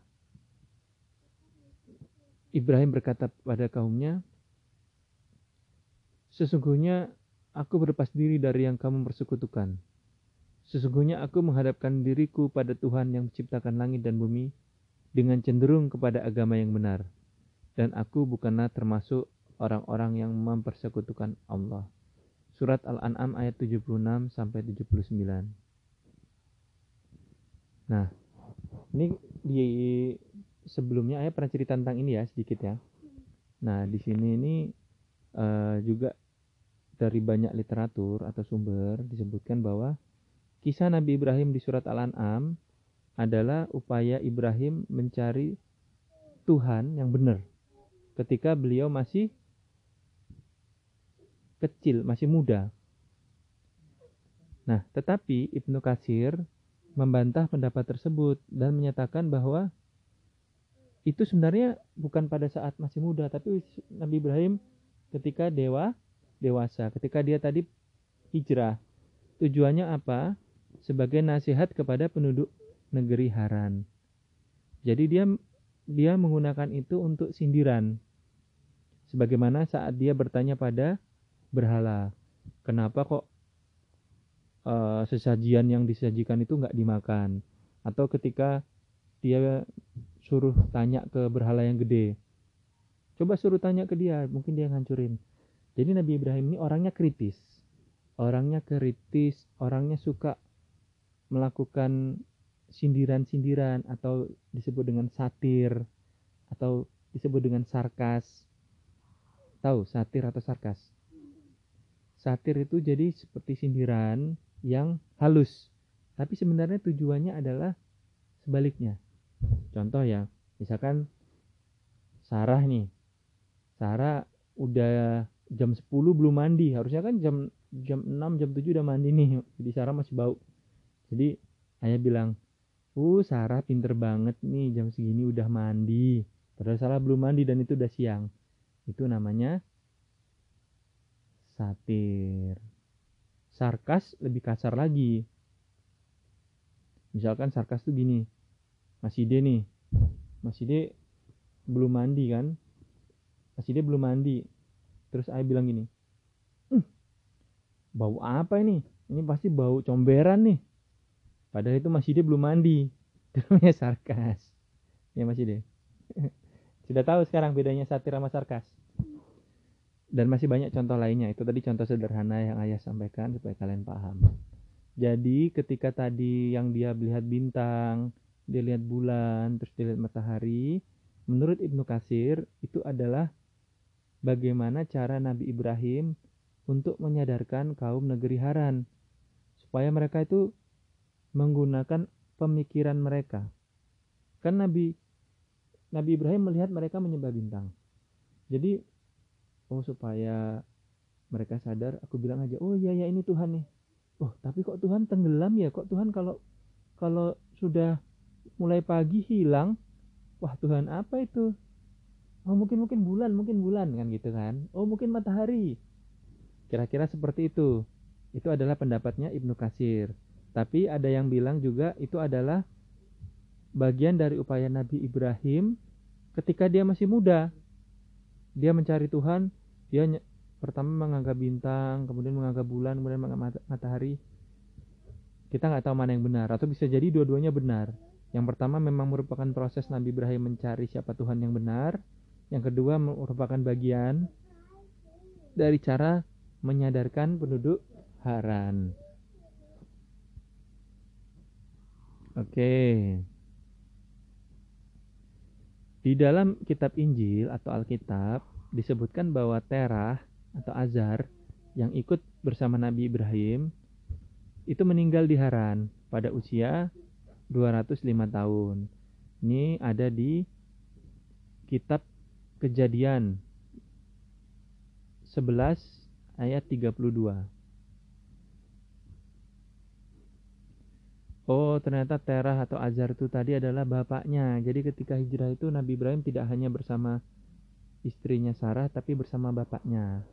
S1: Ibrahim berkata pada kaumnya, "Sesungguhnya aku berlepas diri dari yang kamu persekutukan. Sesungguhnya aku menghadapkan diriku pada Tuhan yang menciptakan langit dan bumi dengan cenderung kepada agama yang benar. Dan aku bukanlah termasuk orang-orang yang mempersekutukan Allah." Surat Al-An'am ayat 76 sampai 79. Nah, ini di sebelumnya saya pernah cerita tentang ini ya sedikit ya. Nah, di sini ini juga dari banyak literatur atau sumber disebutkan bahwa kisah Nabi Ibrahim di surat Al-An'am adalah upaya Ibrahim mencari Tuhan yang benar ketika beliau masih kecil, masih muda. Nah, tetapi Ibnu Katsir membantah pendapat tersebut dan menyatakan bahwa itu sebenarnya bukan pada saat masih muda, tapi Nabi Ibrahim ketika dewasa, ketika dia tadi hijrah. Tujuannya apa? Sebagai nasihat kepada penduduk negeri Haran. Jadi dia menggunakan itu untuk sindiran. Sebagaimana saat dia bertanya pada berhala, "Kenapa kok sesajian yang disajikan itu nggak dimakan?" Atau ketika dia suruh tanya ke berhala yang gede, coba suruh tanya ke dia, mungkin dia ngancurin. Jadi Nabi Ibrahim ini orangnya kritis, orangnya suka melakukan sindiran-sindiran atau disebut dengan satir atau disebut dengan sarkas. Tahu satir atau sarkas? satir itu jadi seperti sindiran yang halus. Tapi sebenarnya tujuannya adalah sebaliknya. Contoh ya, misalkan Sarah nih. Sarah udah jam 10 belum mandi. Harusnya kan jam jam 6, jam 7 udah mandi nih. Jadi Sarah masih bau. Jadi ayah bilang, Sarah pinter banget nih jam segini udah mandi. Padahal Sarah belum mandi dan itu udah siang. Itu namanya satir. Sarkas lebih kasar lagi. Misalkan sarkas tuh gini. Mas Ide nih. Mas Ide belum mandi kan. Mas Ide belum mandi. Terus ayah bilang gini. Bau apa ini? Ini pasti bau comberan nih. Padahal itu Mas Ide belum mandi. Itu namanya sarkas. Ya Mas Ide. Sudah tahu sekarang bedanya satir sama sarkas. Dan masih banyak contoh lainnya. Itu tadi contoh sederhana yang ayah sampaikan supaya kalian paham. Jadi ketika tadi yang dia melihat bintang, dia lihat bulan, terus dia lihat matahari, menurut Ibnu Katsir itu adalah bagaimana cara Nabi Ibrahim untuk menyadarkan kaum negeri Haran supaya mereka itu menggunakan pemikiran mereka. Kan Nabi Ibrahim melihat mereka menyembah bintang. Jadi supaya mereka sadar, aku bilang aja, iya ya ini Tuhan nih. Tapi kok Tuhan tenggelam ya? Kok Tuhan kalau sudah mulai pagi hilang, wah Tuhan apa itu? Mungkin bulan kan gitu kan. Mungkin matahari. Kira-kira seperti itu. Itu adalah pendapatnya Ibnu Katsir. Tapi ada yang bilang juga itu adalah bagian dari upaya Nabi Ibrahim ketika dia masih muda. Dia mencari Tuhan, dia pertama menganggap bintang, kemudian menganggap bulan, kemudian menganggap matahari. Kita nggak tahu mana yang benar, atau bisa jadi dua-duanya benar. Yang pertama memang merupakan proses Nabi Ibrahim mencari siapa Tuhan yang benar. Yang kedua merupakan bagian dari cara menyadarkan penduduk Haran. Oke. Di dalam kitab Injil atau Alkitab disebutkan bahwa Terah atau Azar yang ikut bersama Nabi Ibrahim itu meninggal di Haran pada usia 205 tahun. Ini ada di kitab Kejadian 11 ayat 32. Ternyata Terah atau Azar itu tadi adalah bapaknya. Jadi ketika hijrah itu Nabi Ibrahim tidak hanya bersama istrinya Sarah, tapi bersama bapaknya.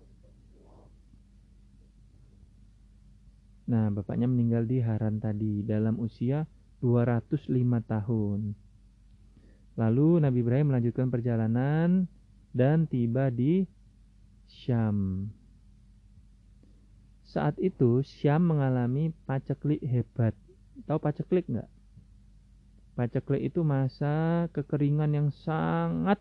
S1: Nah, bapaknya meninggal di Haran tadi dalam usia 205 tahun. Lalu Nabi Ibrahim melanjutkan perjalanan dan tiba di Syam. Saat itu Syam mengalami paceklik hebat. Tahu paceklik nggak? Paceklik itu masa kekeringan yang sangat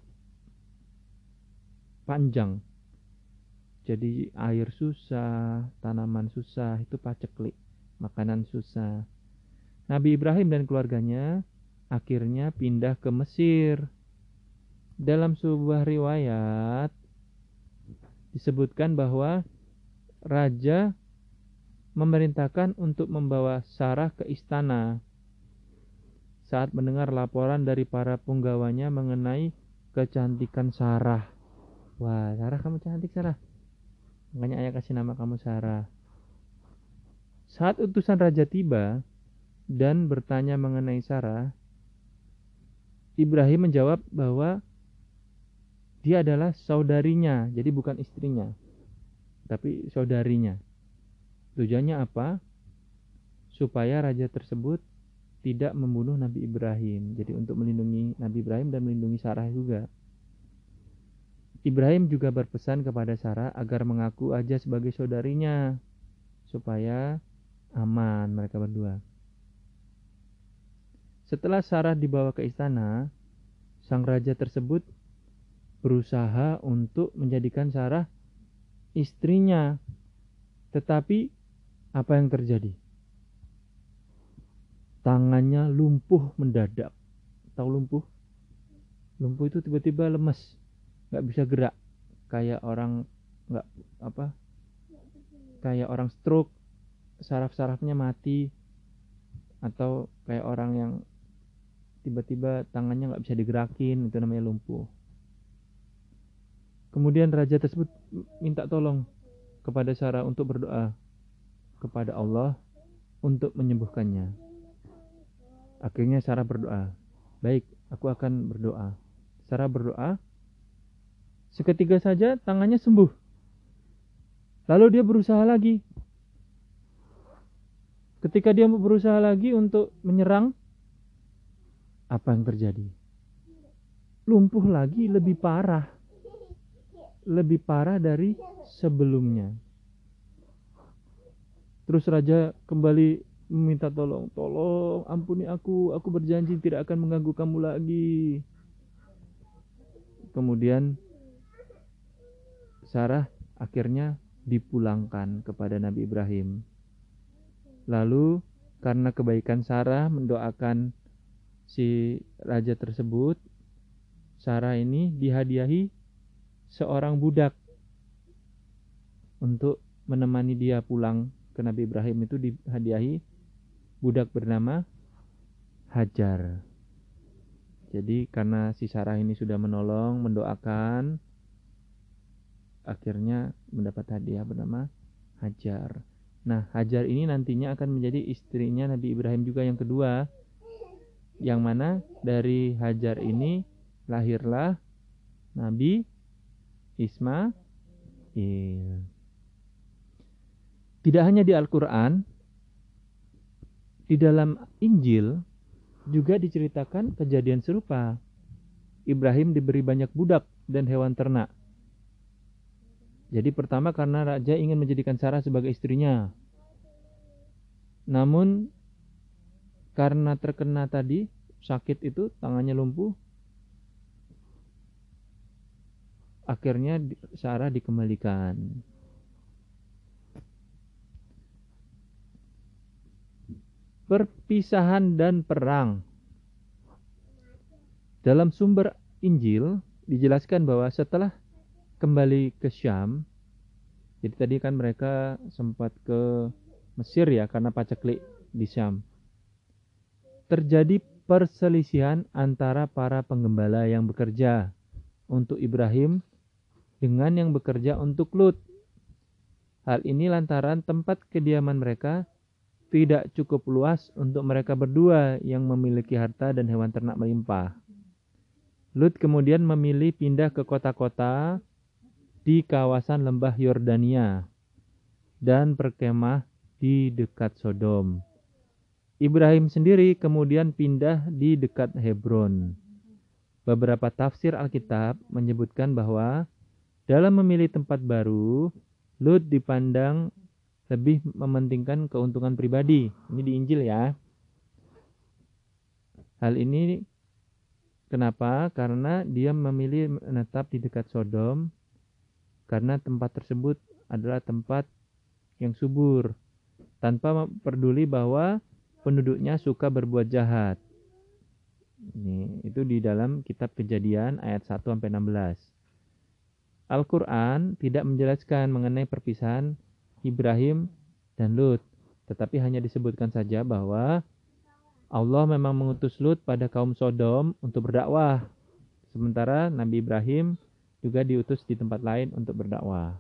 S1: panjang. Jadi air susah, tanaman susah, itu paceklik. Makanan susah. Nabi Ibrahim dan keluarganya akhirnya pindah ke Mesir. Dalam sebuah riwayat disebutkan bahwa raja memerintahkan untuk membawa Sarah ke istana. Saat mendengar laporan dari para punggawanya mengenai kecantikan Sarah. Wah, Sarah kamu cantik Sarah. Makanya ayah kasih nama kamu Sarah. Saat utusan raja tiba dan bertanya mengenai Sarah, Ibrahim menjawab bahwa dia adalah saudarinya, jadi bukan istrinya, tapi saudarinya. Tujuannya apa? Supaya raja tersebut tidak membunuh Nabi Ibrahim. Jadi untuk melindungi Nabi Ibrahim dan melindungi Sarah juga. Ibrahim juga berpesan kepada Sarah agar mengaku aja sebagai saudarinya supaya aman mereka berdua. Setelah Sarah dibawa ke istana, sang raja tersebut berusaha untuk menjadikan Sarah istrinya. Tetapi apa yang terjadi? Tangannya lumpuh mendadak. Tahu lumpuh? Lumpuh itu tiba-tiba lemes, nggak bisa gerak, kayak orang nggak kayak orang stroke, saraf-sarafnya mati, atau kayak orang yang tiba-tiba tangannya nggak bisa digerakin, itu namanya lumpuh. Kemudian raja tersebut minta tolong kepada Sarah untuk berdoa kepada Allah untuk menyembuhkannya. Akhirnya Sarah berdoa, baik, aku akan berdoa. Sarah berdoa, seketika saja tangannya sembuh. Lalu dia berusaha lagi. Ketika dia berusaha lagi untuk menyerang, apa yang terjadi? Lumpuh lagi, lebih parah. Lebih parah dari sebelumnya. Terus raja kembali meminta tolong, tolong ampuni aku berjanji tidak akan mengganggu kamu lagi. Kemudian Sarah akhirnya dipulangkan kepada Nabi Ibrahim. Lalu karena kebaikan Sarah mendoakan si raja tersebut, Sarah ini dihadiahi seorang budak untuk menemani dia pulang ke Nabi Ibrahim. Itu dihadiahi budak bernama Hajar. Jadi karena si Sarah ini sudah menolong, mendoakan, akhirnya mendapat hadiah bernama Hajar. Nah, Hajar ini nantinya akan menjadi istrinya Nabi Ibrahim juga yang kedua, yang mana dari Hajar ini lahirlah Nabi Ismail. Tidak hanya di Al-Quran, di dalam Injil juga diceritakan kejadian serupa. Ibrahim diberi banyak budak dan hewan ternak. Jadi pertama karena raja ingin menjadikan Sarah sebagai istrinya. Namun karena terkena tadi sakit itu, tangannya lumpuh, akhirnya Sarah dikembalikan. Perpisahan dan perang. Dalam sumber Injil dijelaskan bahwa setelah kembali ke Syam, jadi tadi kan mereka sempat ke Mesir ya karena paceklik di Syam. Terjadi perselisihan antara para penggembala yang bekerja untuk Ibrahim dengan yang bekerja untuk Lut. Hal ini lantaran tempat kediaman mereka tidak cukup luas untuk mereka berdua yang memiliki harta dan hewan ternak melimpah. Lut kemudian memilih pindah ke kota-kota di kawasan lembah Yordania dan berkemah di dekat Sodom. Ibrahim sendiri kemudian pindah di dekat Hebron. Beberapa tafsir Alkitab menyebutkan bahwa dalam memilih tempat baru, Lut dipandang lebih mementingkan keuntungan pribadi. Ini di Injil ya. Hal ini kenapa? Karena dia memilih menetap di dekat Sodom karena tempat tersebut adalah tempat yang subur, tanpa peduli bahwa penduduknya suka berbuat jahat. Ini itu di dalam kitab Kejadian ayat 1-16. Al-Quran tidak menjelaskan mengenai perpisahan Ibrahim dan Lut, tetapi hanya disebutkan saja bahwa Allah memang mengutus Lut pada kaum Sodom untuk berdakwah, sementara Nabi Ibrahim juga diutus di tempat lain untuk berdakwah.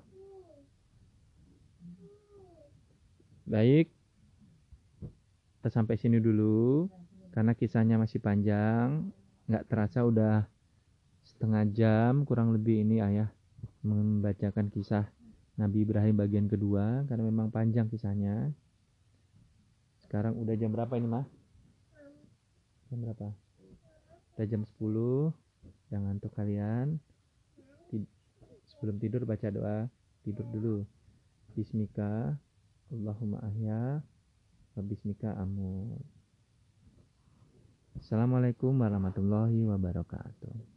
S1: Baik, kita sampai sini dulu karena kisahnya masih panjang. Nggak terasa udah setengah jam kurang lebih ini ayah membacakan kisah Nabi Ibrahim bagian kedua karena memang panjang kisahnya. Sekarang udah jam berapa ini mah? Jam berapa? Udah jam 10. Jangan ngantuk kalian. Sebelum tidur baca doa tidur dulu. Bismika Allahumma ahya wa bismika amut. Assalamualaikum warahmatullahi wabarakatuh.